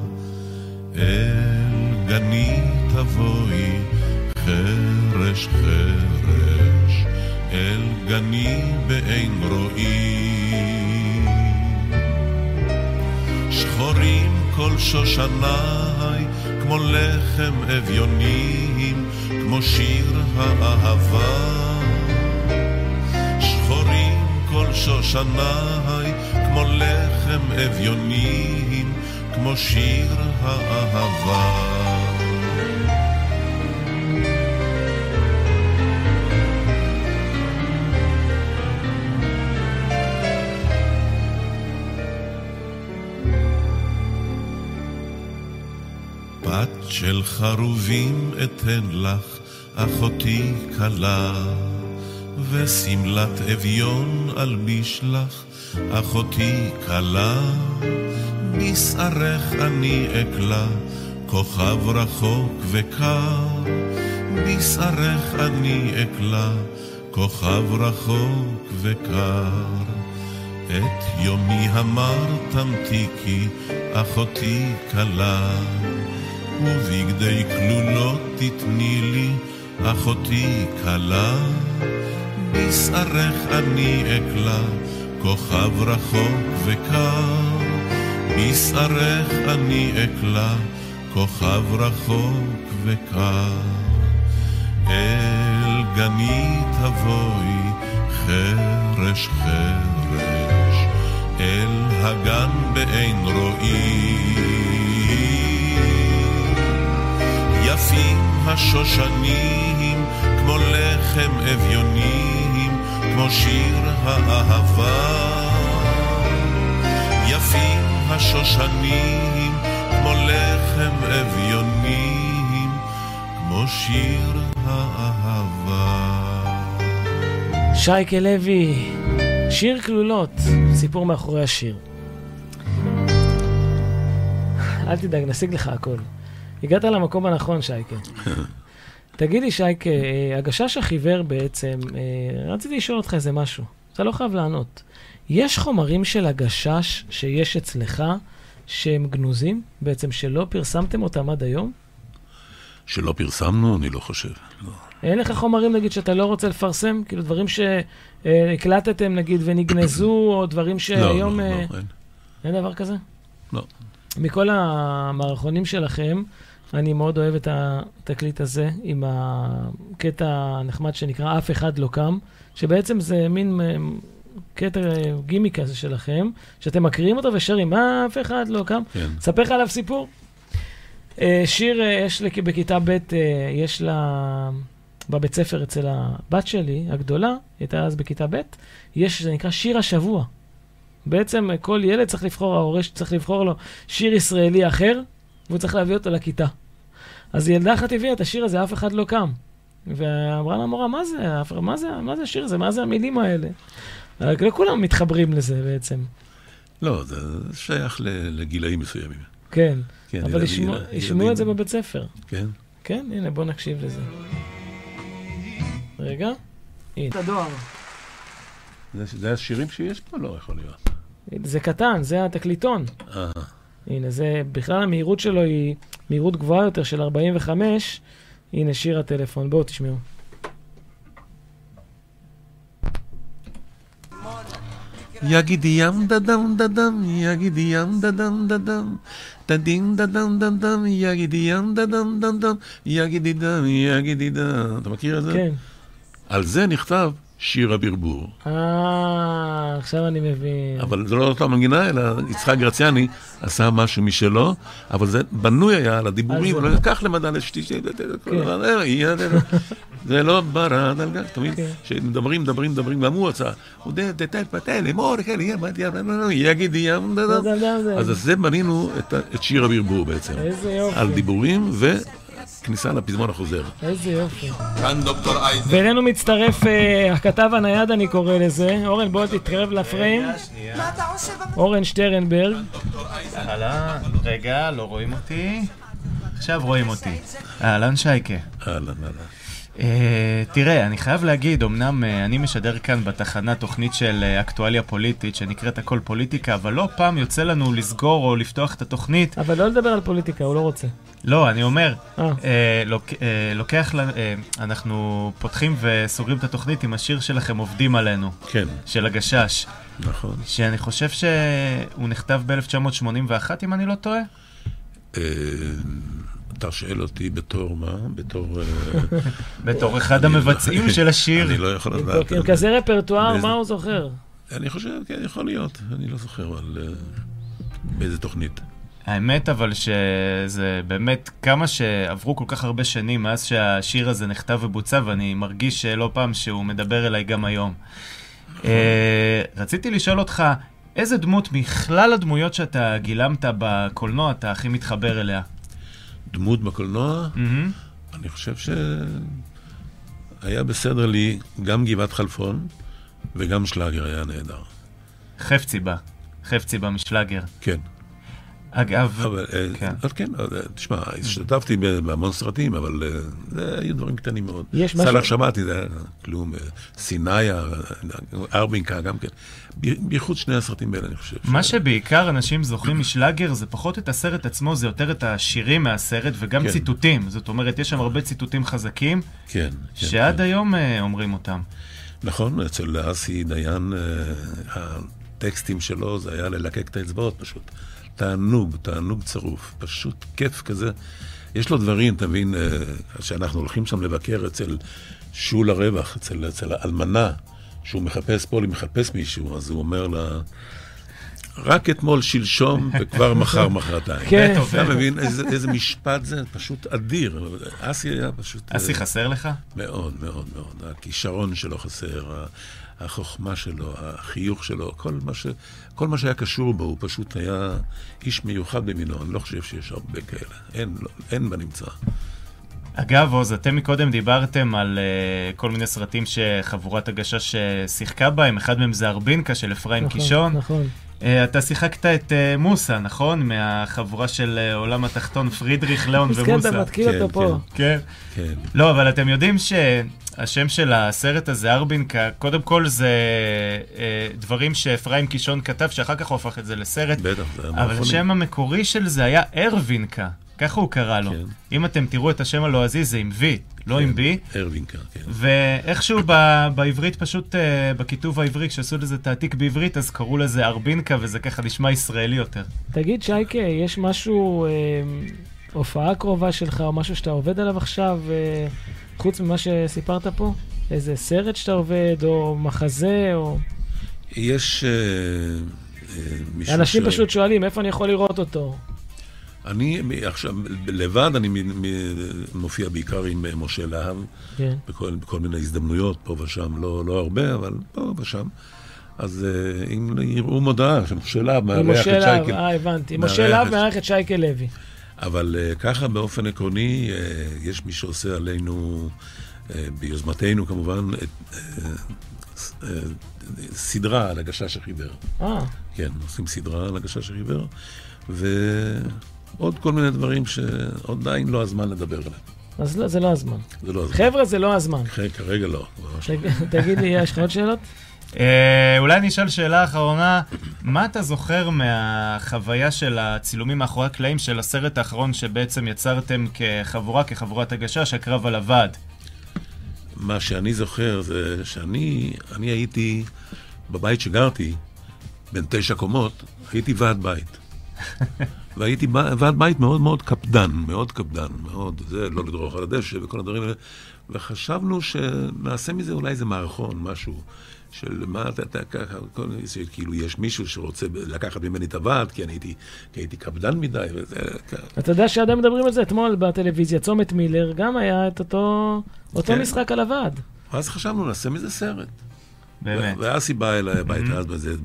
S6: אל גני תבואי, חרש חרש, אל גני באין רואים. שחורים כל שושני, כמו לחם אביונים, כמו שיר האהבה. שחורים כל שושני, כמו לחם אביונים, כמו שיר האהבה. בת של חרובים אתן לך, אחותי קלה, וסמלת אביון אלביש לך, אחותי קלה. בשערך אני אקלה, כוכב רחוק וקר. בשערך אני אקלה, כוכב רחוק וקר. את יומי המר תמתיקי, אחותי קלה, ובגדי כלולות תתני לי, אחותי קלה. בשערך אני אקלה, כוכב רחוק וקר. בשערך אני אקלה, כוכב רחוק וקר. אל גני תבואי, חרש חרש, אל הגן באין רואים. יפים השושנים, כמו לחם אביונים, כמו שיר האהבה. יפים השושנים, כמו לחם אביונים, כמו שיר האהבה.
S2: שייקה לוי, שיר כלולות, סיפור מאחורי השיר. אל תדאג, נשיג לך הכל. הגעת למקום הנכון, שייקה. תגיד לי, שייקה, הגשש החיוור בעצם, רציתי לשאול אותך איזה משהו. אתה לא חייב לענות. יש חומרים של הגשש שיש אצלך שהם גנוזים, בעצם שלא פרסמתם אותם עד היום?
S3: שלא פרסמנו, אני לא חושב. לא.
S2: אין לך חומרים, נגיד, שאתה לא רוצה לפרסם? כאילו דברים שהקלטתם, נגיד, ונגנזו, או דברים שהיום...
S3: לא, לא, לא, אין.
S2: אין דבר כזה?
S3: לא.
S2: מכל המערכונים שלכם, אני מאוד אוהב את התקליט הזה, עם הקטע הנחמד שנקרא אף אחד לא קם, שבעצם זה מין קטע גימיק הזה שלכם, שאתם מקריאים אותו ושרים, אף אחד לא קם. כן. ספר לך עליו סיפור. שיר, יש לי בכיתה ב', יש לה, בבית ספר אצל הבת שלי, הגדולה, הייתה אז בכיתה ב', יש, זה נקרא שיר השבוע. בעצם כל ילד צריך לבחור, ההורש צריך לבחור לו שיר ישראלי אחר, והוא צריך להביא אותו לכיתה. אז ילדה אחת הביאה את השיר הזה, אף אחד לא קם. ואמרה למורה, מה זה? מה זה, מה זה השיר הזה? מה זה המילים האלה? לא כולם מתחברים לזה בעצם.
S3: לא, זה שייך לגילאים מסוימים.
S2: כן, כן, אבל ישמעו את זה בבית ספר.
S3: כן.
S2: כן, הנה, בוא נקשיב לזה. רגע. הנה. הדואר.
S3: זה השירים שיש פה? לא יכול להיות.
S2: זה קטן, זה התקליטון. אה. הנה, זה, בכלל המהירות שלו היא מהירות גבוהה יותר של ארבעים וחמש. הנה, שיר הטלפון. בואו תשמעו.
S3: יגידי ים דדם דדם, יגידי ים דדם דדם, דדים דדם דדם, יגידי ים דדם דדם, יגידי דם, יגידי דם. אתה מכיר את זה?
S2: כן.
S3: על זה נכתב שיר הברבור.
S2: אה, עכשיו אני מבין.
S3: אבל זה לא אותה מנגינה, אלא יצחק גרציאני עשה משהו משלו, אבל זה בנוי היה על הדיבורים, ולא לקח למדע לשתי, זה לא ברד על גג, תמיד, שמדברים, מדברים, מדברים, גם הוא עשה, הוא דתל פתל, אמור, יגיד, אז זה בנינו את שיר הברבור בעצם.
S2: איזה יופי.
S3: על דיבורים וכניסה לפזמון החוזר.
S2: איזה יופי. ואלינו מצטרף הכתב הנייד, אני קורא לזה. אורן, בוא תתקרב לפריים. אורן שטרנברג.
S8: רגע, לא רואים אותי. עכשיו רואים אותי. אהלן שייקה.
S3: אהלן, אהלן.
S8: Uh, תראה, אני חייב להגיד, אמנם uh, אני משדר כאן בתחנה תוכנית של uh, אקטואליה פוליטית שנקראת הכל פוליטיקה, אבל לא פעם יוצא לנו לסגור או לפתוח את התוכנית.
S2: אבל לא לדבר על פוליטיקה, הוא לא רוצה.
S8: לא, אני אומר, uh, לוק, uh, לוקח, uh, אנחנו פותחים וסוגרים את התוכנית עם השיר שלכם עובדים עלינו.
S3: כן.
S8: של הגשש.
S3: נכון.
S8: שאני חושב שהוא נכתב ב-אלף תשע מאות שמונים ואחת, אם אני לא טועה.
S3: אה... אתה שואל אותי בתור מה? בתור...
S8: בתור אחד המבצעים של השיר.
S3: אני לא יכול לדעת.
S2: עם כזה רפרטואר, מה הוא זוכר?
S3: אני חושב, כן, יכול להיות. אני לא זוכר על באיזה תוכנית.
S8: האמת אבל שזה באמת כמה שעברו כל כך הרבה שנים מאז שהשיר הזה נכתב ובוצע, ואני מרגיש לא פעם שהוא מדבר אליי גם היום. רציתי לשאול אותך, איזה דמות מכלל הדמויות שאתה גילמת בקולנוע אתה הכי מתחבר אליה?
S3: דמות בקולנוע, mm-hmm. אני חושב שהיה בסדר לי גם גבעת חלפון וגם שלאגר היה נהדר.
S8: חפצי בה, חפצי בה משלאגר.
S3: כן.
S8: אגב,
S3: אבל כן, אבל כן, תשמע, השתתפתי בהמון סרטים, אבל זה היו דברים קטנים מאוד. סלח שמעתי, זה היה כלום, סינאיה, ארבינקה גם כן. בייחוד שני הסרטים האלה, אני חושב.
S8: מה שבעיקר אנשים זוכרים משלאגר, זה פחות את הסרט עצמו, זה יותר את השירים מהסרט, וגם ציטוטים. זאת אומרת, יש שם הרבה ציטוטים חזקים, שעד היום אומרים אותם.
S3: נכון, אצל אסי דיין, הטקסטים שלו, זה היה ללקק את האצבעות פשוט. תענוג, תענוג צרוף, פשוט כיף כזה. יש לו דברים, תבין, שאנחנו הולכים שם לבקר אצל שול הרווח, אצל, אצל האלמנה, שהוא מחפש פה, הוא מחפש מישהו, אז הוא אומר לה, רק אתמול שלשום וכבר מחר מחרתיים.
S2: כן.
S3: אתה מבין איזה, איזה משפט זה? פשוט אדיר. אסי היה פשוט...
S8: אסי חסר לך?
S3: מאוד, מאוד, מאוד. הכישרון שלו חסר, החוכמה שלו, החיוך שלו, כל מה, ש... כל מה שהיה קשור בו, הוא פשוט היה איש מיוחד במינו. אני לא חושב שיש הרבה כאלה. אין, לא, אין בנמצא.
S8: אגב, עוז, אתם מקודם דיברתם על uh, כל מיני סרטים שחבורת הגשש שיחקה בהם. אחד מהם זה ארבינקה של אפרים
S2: נכון,
S8: קישון.
S2: נכון.
S8: Uh, אתה שיחקת את uh, מוסה, נכון? מהחבורה של uh, עולם התחתון, פרידריך, לאון ומוסה.
S2: מסכן, אתה מתקיל אותו פה.
S8: כן.
S3: כן.
S8: לא, אבל אתם יודעים שהשם של הסרט הזה, ארבינקה, קודם כל זה uh, דברים שאפרים קישון כתב, שאחר כך הוא הפך את זה לסרט.
S3: בטח, זה
S8: אבל
S3: המאפונים.
S8: השם המקורי של זה היה ארווינקה. ככה הוא קרא לו.
S3: כן.
S8: אם אתם תראו את השם הלועזי, זה עם V, לא
S3: כן,
S8: עם B.
S3: ארווינקה, כן.
S8: ואיכשהו ב- בעברית, פשוט uh, בכיתוב העברי, כשעשו לזה תעתיק בעברית, אז קראו לזה ארבינקה, וזה ככה נשמע ישראלי יותר.
S2: תגיד, שייקה, יש משהו, אה, הופעה קרובה שלך, או משהו שאתה עובד עליו עכשיו, אה, חוץ ממה שסיפרת פה? איזה סרט שאתה עובד, או מחזה, או...
S3: יש אה, אה, מישהו
S2: אנשים
S3: ש...
S2: פשוט שואלים, איפה אני יכול לראות אותו?
S3: אני עכשיו, לבד אני מ- מ- מופיע בעיקר עם משה להב,
S2: כן.
S3: בכל, בכל מיני הזדמנויות, פה ושם, לא, לא הרבה, אבל פה ושם. אז uh, אם יראו מודעה, משה להב מארח את שייקל.
S2: אה, הבנתי. משה להב מארח את שייקל לוי.
S3: אבל uh, ככה באופן עקרוני, uh, יש מי שעושה עלינו, uh, ביוזמתנו כמובן, את, uh, uh, סדרה על הגשש החיוור.
S2: אה.
S3: כן, עושים סדרה על הגשש החיוור, ועוד כל מיני דברים שעדיין לא הזמן לדבר עליהם.
S2: אז לא, זה לא הזמן.
S3: זה לא הזמן.
S2: חבר'ה, זה לא הזמן.
S3: כרגע לא.
S2: תגיד לי, יש לך עוד שאלות?
S8: אולי אני אשאל שאלה אחרונה, מה אתה זוכר מהחוויה של הצילומים מאחורי הקלעים של הסרט האחרון שבעצם יצרתם כחבורה, כחבורת הגשש, הקרב על הוועד?
S3: מה שאני זוכר זה שאני אני הייתי, בבית שגרתי, בין תשע קומות, הייתי ועד בית. והייתי ועד בית מאוד מאוד קפדן, מאוד קפדן, מאוד, זה, לא לדרוך על הדשא וכל הדברים האלה. וחשבנו שנעשה מזה אולי איזה מערכון, משהו, של מה אתה, אתה ככה, כאילו יש מישהו שרוצה לקחת ממני את הוועד, כי אני הייתי, כי הייתי קפדן מדי, וזה...
S2: אתה יודע שאדם מדברים על זה אתמול בטלוויזיה, צומת מילר, גם היה את אותו, אותו
S3: כן.
S2: משחק על הוועד.
S3: אז חשבנו, נעשה מזה סרט.
S8: באמת.
S3: ואסי בא אליי הביתה אז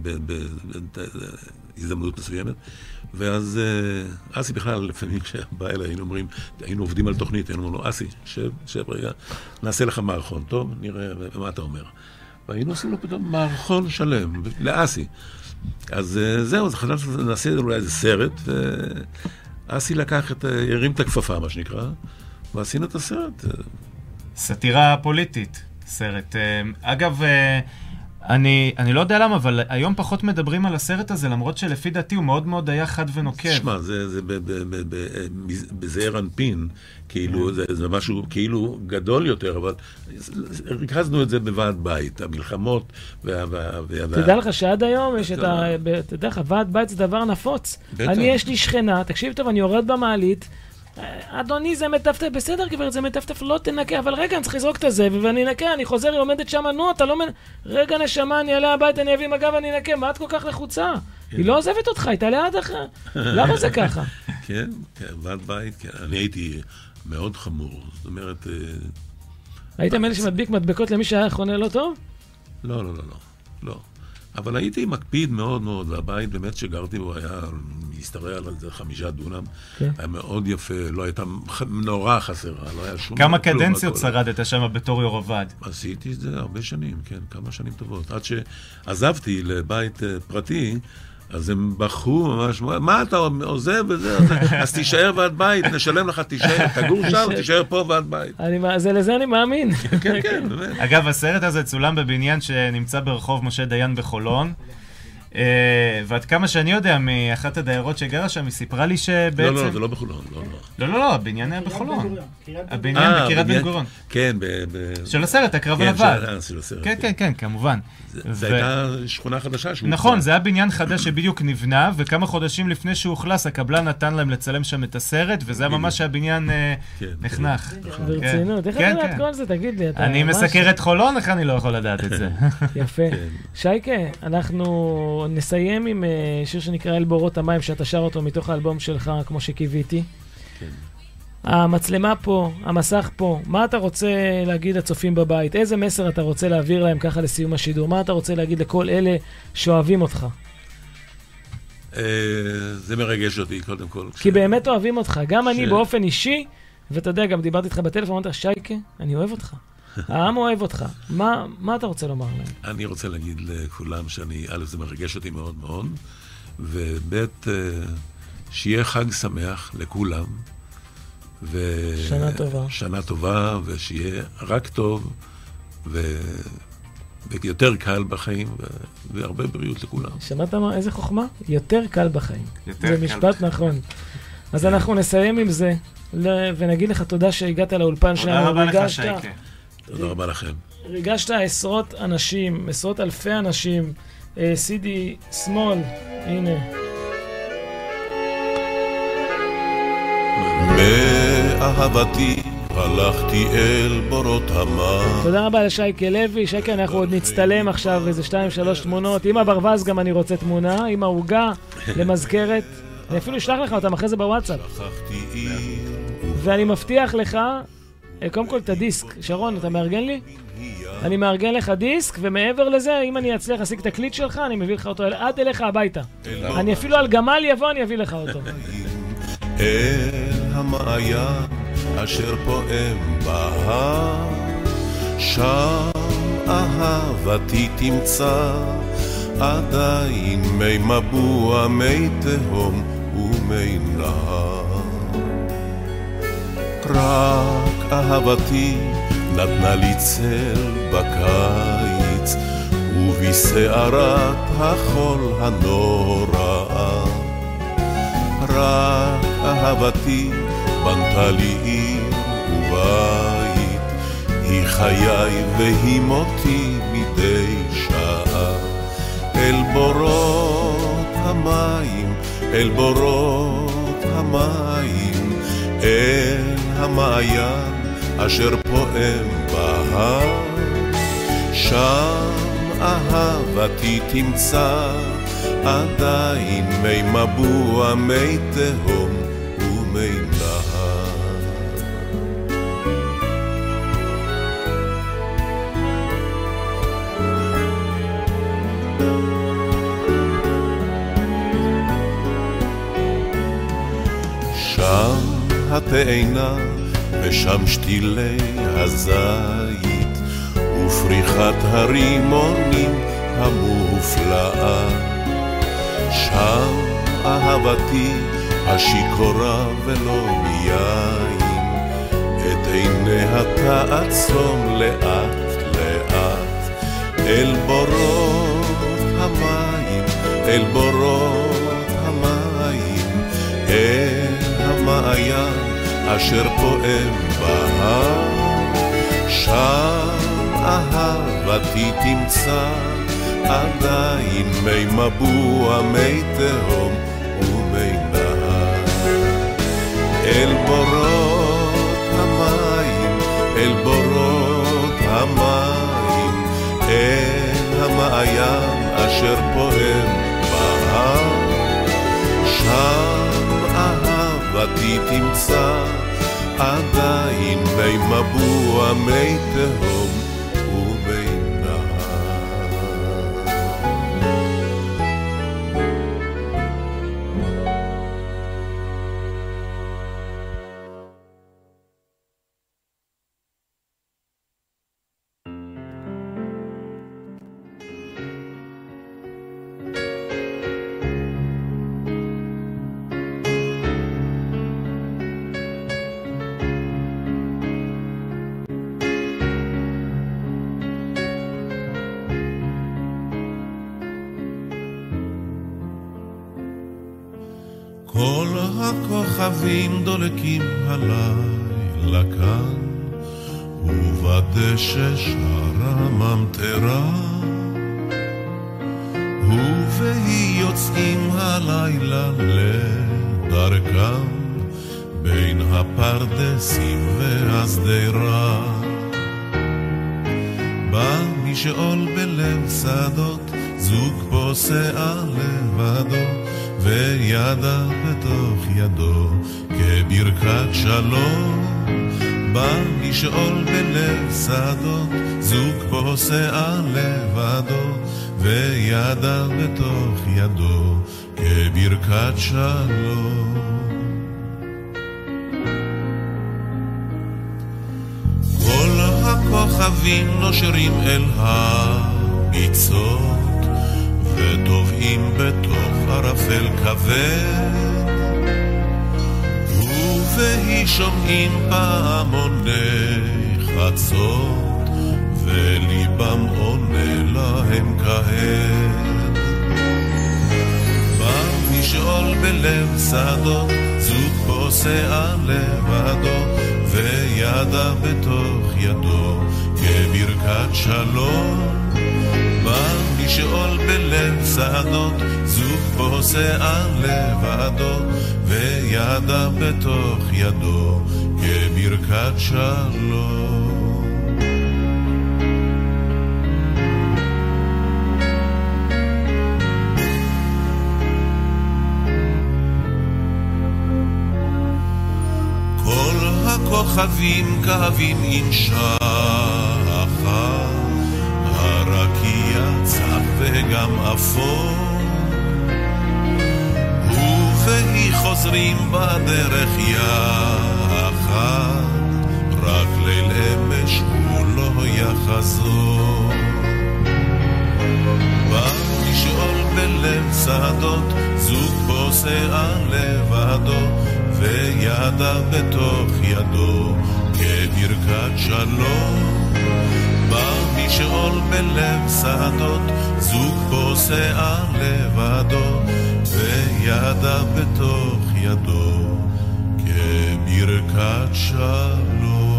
S3: בהזדמנות מסוימת, ואז אסי בכלל, לפעמים כשבא אליי, היינו אומרים, היינו עובדים על תוכנית, היינו אומרים לו, אסי, שב, שב רגע, נעשה לך מערכון, טוב, נראה, ומה אתה אומר? והיינו עושים לו פתאום מערכון שלם, לאסי. אז זהו, אז חשבנו שנעשה אולי איזה סרט, ואסי לקח את, הרים את הכפפה, מה שנקרא, ועשינו את הסרט.
S8: סאטירה פוליטית, סרט. אגב, אני, אני לא יודע למה, אבל היום פחות מדברים על הסרט הזה, למרות שלפי דעתי הוא מאוד מאוד היה חד ונוקב.
S3: תשמע, זה, זה בזעיר אנפין, כאילו, זה, זה משהו כאילו גדול יותר, אבל ריכזנו את זה בוועד בית, המלחמות וה... וה, וה
S2: תדע לך שעד היום יש את ה... תדע לך, ועד בית זה דבר נפוץ. אני, יש לי שכנה, תקשיב טוב, אני יורד במעלית, אדוני זה מטפטף, בסדר גברת, זה מטפטף, לא תנקה, אבל רגע, אני צריך לזרוק את הזה, ואני נקה, אני חוזר, היא עומדת שם, נו, אתה לא מנ... רגע נשמה, אני אעלה הבית, אני אביא מגב, אני נקה, מה את כל כך לחוצה? היא לא עוזבת אותך, היא תעלה עד אחר. למה זה ככה?
S3: כן, כן, ועד בית, כן. אני הייתי מאוד חמור, זאת אומרת...
S2: היית מאלה שמדביק מדבקות למי שהיה חונה לא טוב?
S3: לא, לא, לא, לא, לא. אבל הייתי מקפיד מאוד מאוד, והבית באמת שגרתי בו היה להסתרע על זה חמישה דונם, היה מאוד יפה, לא הייתה נורא חסרה, לא היה שום...
S8: כמה קדנציות שרדת שם בתור יו"ר הוועד?
S3: עשיתי את זה הרבה שנים, כן, כמה שנים טובות. עד שעזבתי לבית פרטי, אז הם בחרו ממש, מה אתה עוזב וזה, אז תישאר ועד בית, נשלם לך, תישאר, תגור שם, תישאר פה ועד בית.
S2: לזה אני מאמין.
S3: כן, כן, באמת.
S8: אגב, הסרט הזה צולם בבניין שנמצא ברחוב משה דיין בחולון, ועד כמה שאני יודע, מאחת הדיירות שגרה שם, היא סיפרה לי שבעצם...
S3: לא, לא, זה לא בחולון, לא, לא.
S8: לא, לא, לא, הבניין היה בחולון. הבניין בקירת בן גוריון.
S3: כן, ב...
S8: של הסרט, הקרב על הוועד.
S3: כן, של הסרט.
S8: כן, כן, כן, כמובן.
S3: זה הייתה שכונה חדשה.
S8: נכון, זה היה בניין חדש שבדיוק נבנה, וכמה חודשים לפני שהוא אוכלס, הקבלן נתן להם לצלם שם את הסרט, וזה היה ממש שהבניין נחנך.
S2: ברצינות, איך אתה יודעת כל זה? תגיד לי.
S8: אני מסקר את חולון, איך אני לא יכול לדעת את זה?
S2: יפה. שייקה, אנחנו נסיים עם שיר שנקרא אל בורות המים, שאתה שר אותו מתוך האלבום שלך, כמו שקיוויתי. המצלמה פה, המסך פה, מה אתה רוצה להגיד לצופים בבית? איזה מסר אתה רוצה להעביר להם ככה לסיום השידור? מה אתה רוצה להגיד לכל אלה שאוהבים אותך?
S3: זה מרגש אותי, קודם כל.
S2: כי באמת אוהבים אותך. גם אני באופן אישי, ואתה יודע, גם דיברתי איתך בטלפון, אמרת, שייקה, אני אוהב אותך. העם אוהב אותך. מה, מה אתה רוצה לומר להם?
S3: אני רוצה להגיד לכולם שאני, א', זה מרגש אותי מאוד מאוד, וב', שיהיה חג שמח לכולם, ו...
S2: שנה טובה.
S3: שנה טובה, ושיהיה רק טוב, ו... ויותר קל בחיים, ו... והרבה בריאות לכולם.
S2: שמעת מה? איזה חוכמה? יותר קל בחיים.
S8: יותר
S2: זה
S8: קל
S2: משפט
S8: בחיים.
S2: נכון. אז אנחנו נסיים עם זה, ונגיד לך תודה שהגעת לאולפן שלנו.
S8: תודה רבה לך, שייקה.
S3: תודה רבה לכם.
S2: ריגשת עשרות אנשים, עשרות אלפי אנשים, סידי שמאל, הנה.
S6: באהבתי הלכתי אל בורות המים.
S2: תודה רבה לשייקה לוי. שייקה, אנחנו עוד נצטלם עכשיו איזה שתיים שלוש תמונות. עם הברווז גם אני רוצה תמונה, עם ההוגה למזכרת. אני אפילו אשלח לך אותם אחרי זה בוואטסאפ. ואני מבטיח לך, קודם כל את הדיסק. שרון, אתה מארגן לי? אני מארגן לך דיסק, ומעבר לזה, אם אני אצליח להשיג את הקליט שלך, אני מביא לך אותו עד אליך הביתה. אני אפילו על גמל יבוא, אני אביא לך אותו.
S6: אל המעיין אשר פועם בהר, שם אהבתי תמצא עדיין מי מבוע, מי תהום ומי נהר. רק אהבתי נתנה לי צל בקיץ, ובסערת החול הנוראה. רק אהבתי בנתה לי עיר ובית, היא חיי והיא מותי מדי שעה. אל בורות המים, אל בורות המים, אל המעיין אשר פועם בהר. שם אהבתי תמצא עדיין מי מבוע, מי תהום ומי נהר. שם התאנה ושם שתילי הזית ופריחת הרימונים המופלאה. שם אהבתי השיקורה ולא מיין, את עיניה תעצום לאט לאט אל בורות המים, אל בורות המים, אל המעיין אשר פועם בהר. שם אהבתי תמצא עדיין מי מבוע, מי תהום ומי נהר. אל בורות המים, אל בורות המים, אל המעיין אשר פועם בהר. שם אהבתי תמצא עדיין מי מבוע, מי תהום ומי כל הכוכבים דולקים הלילה כאן, ובדשא שרה ממטרה, ובהי יוצאים הלילה לדרכם בין הפרדסים והשדרה. בא מי שאול בלב שדות, זוג פוסע לבדו, וידה בתוך ידו כברכת שלום. בא לשאול בלב שדות, זוג פוסע לבדו, וידה בתוך ידו כברכת שלום. כל הכוכבים נושרים אל הביצות, וטובעים בתוך ערפל כבד, ובהי שומעים פעמוני חצות, וליבם עונה להם כהד. בא לשאול בלב שדות, זוג פוסע לבדו, וידה בתוך ידו כברכת שלום. בא לשאול בלב שדות, זוג פוסע לבדו, וידה בתוך ידו כברכת שלום. כל הכוכבים קווים עם שחר, הרקיע צח וגם אפור, ובהי חוזרים בדרך יחד, רק ליל אמש הוא לא יחזור. בא לשאול בלב שדות, זוג פוסע לבדו, וידה בתוך ידו כברכת שלום. בא לשאול בלב שדות, זוג פוסע לבדו, וידה בתוך ידו כברכת שלום.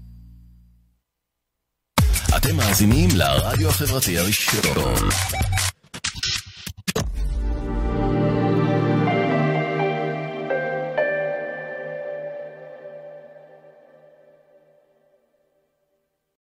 S1: אתם מאזינים לרדיו החברתי הראשון.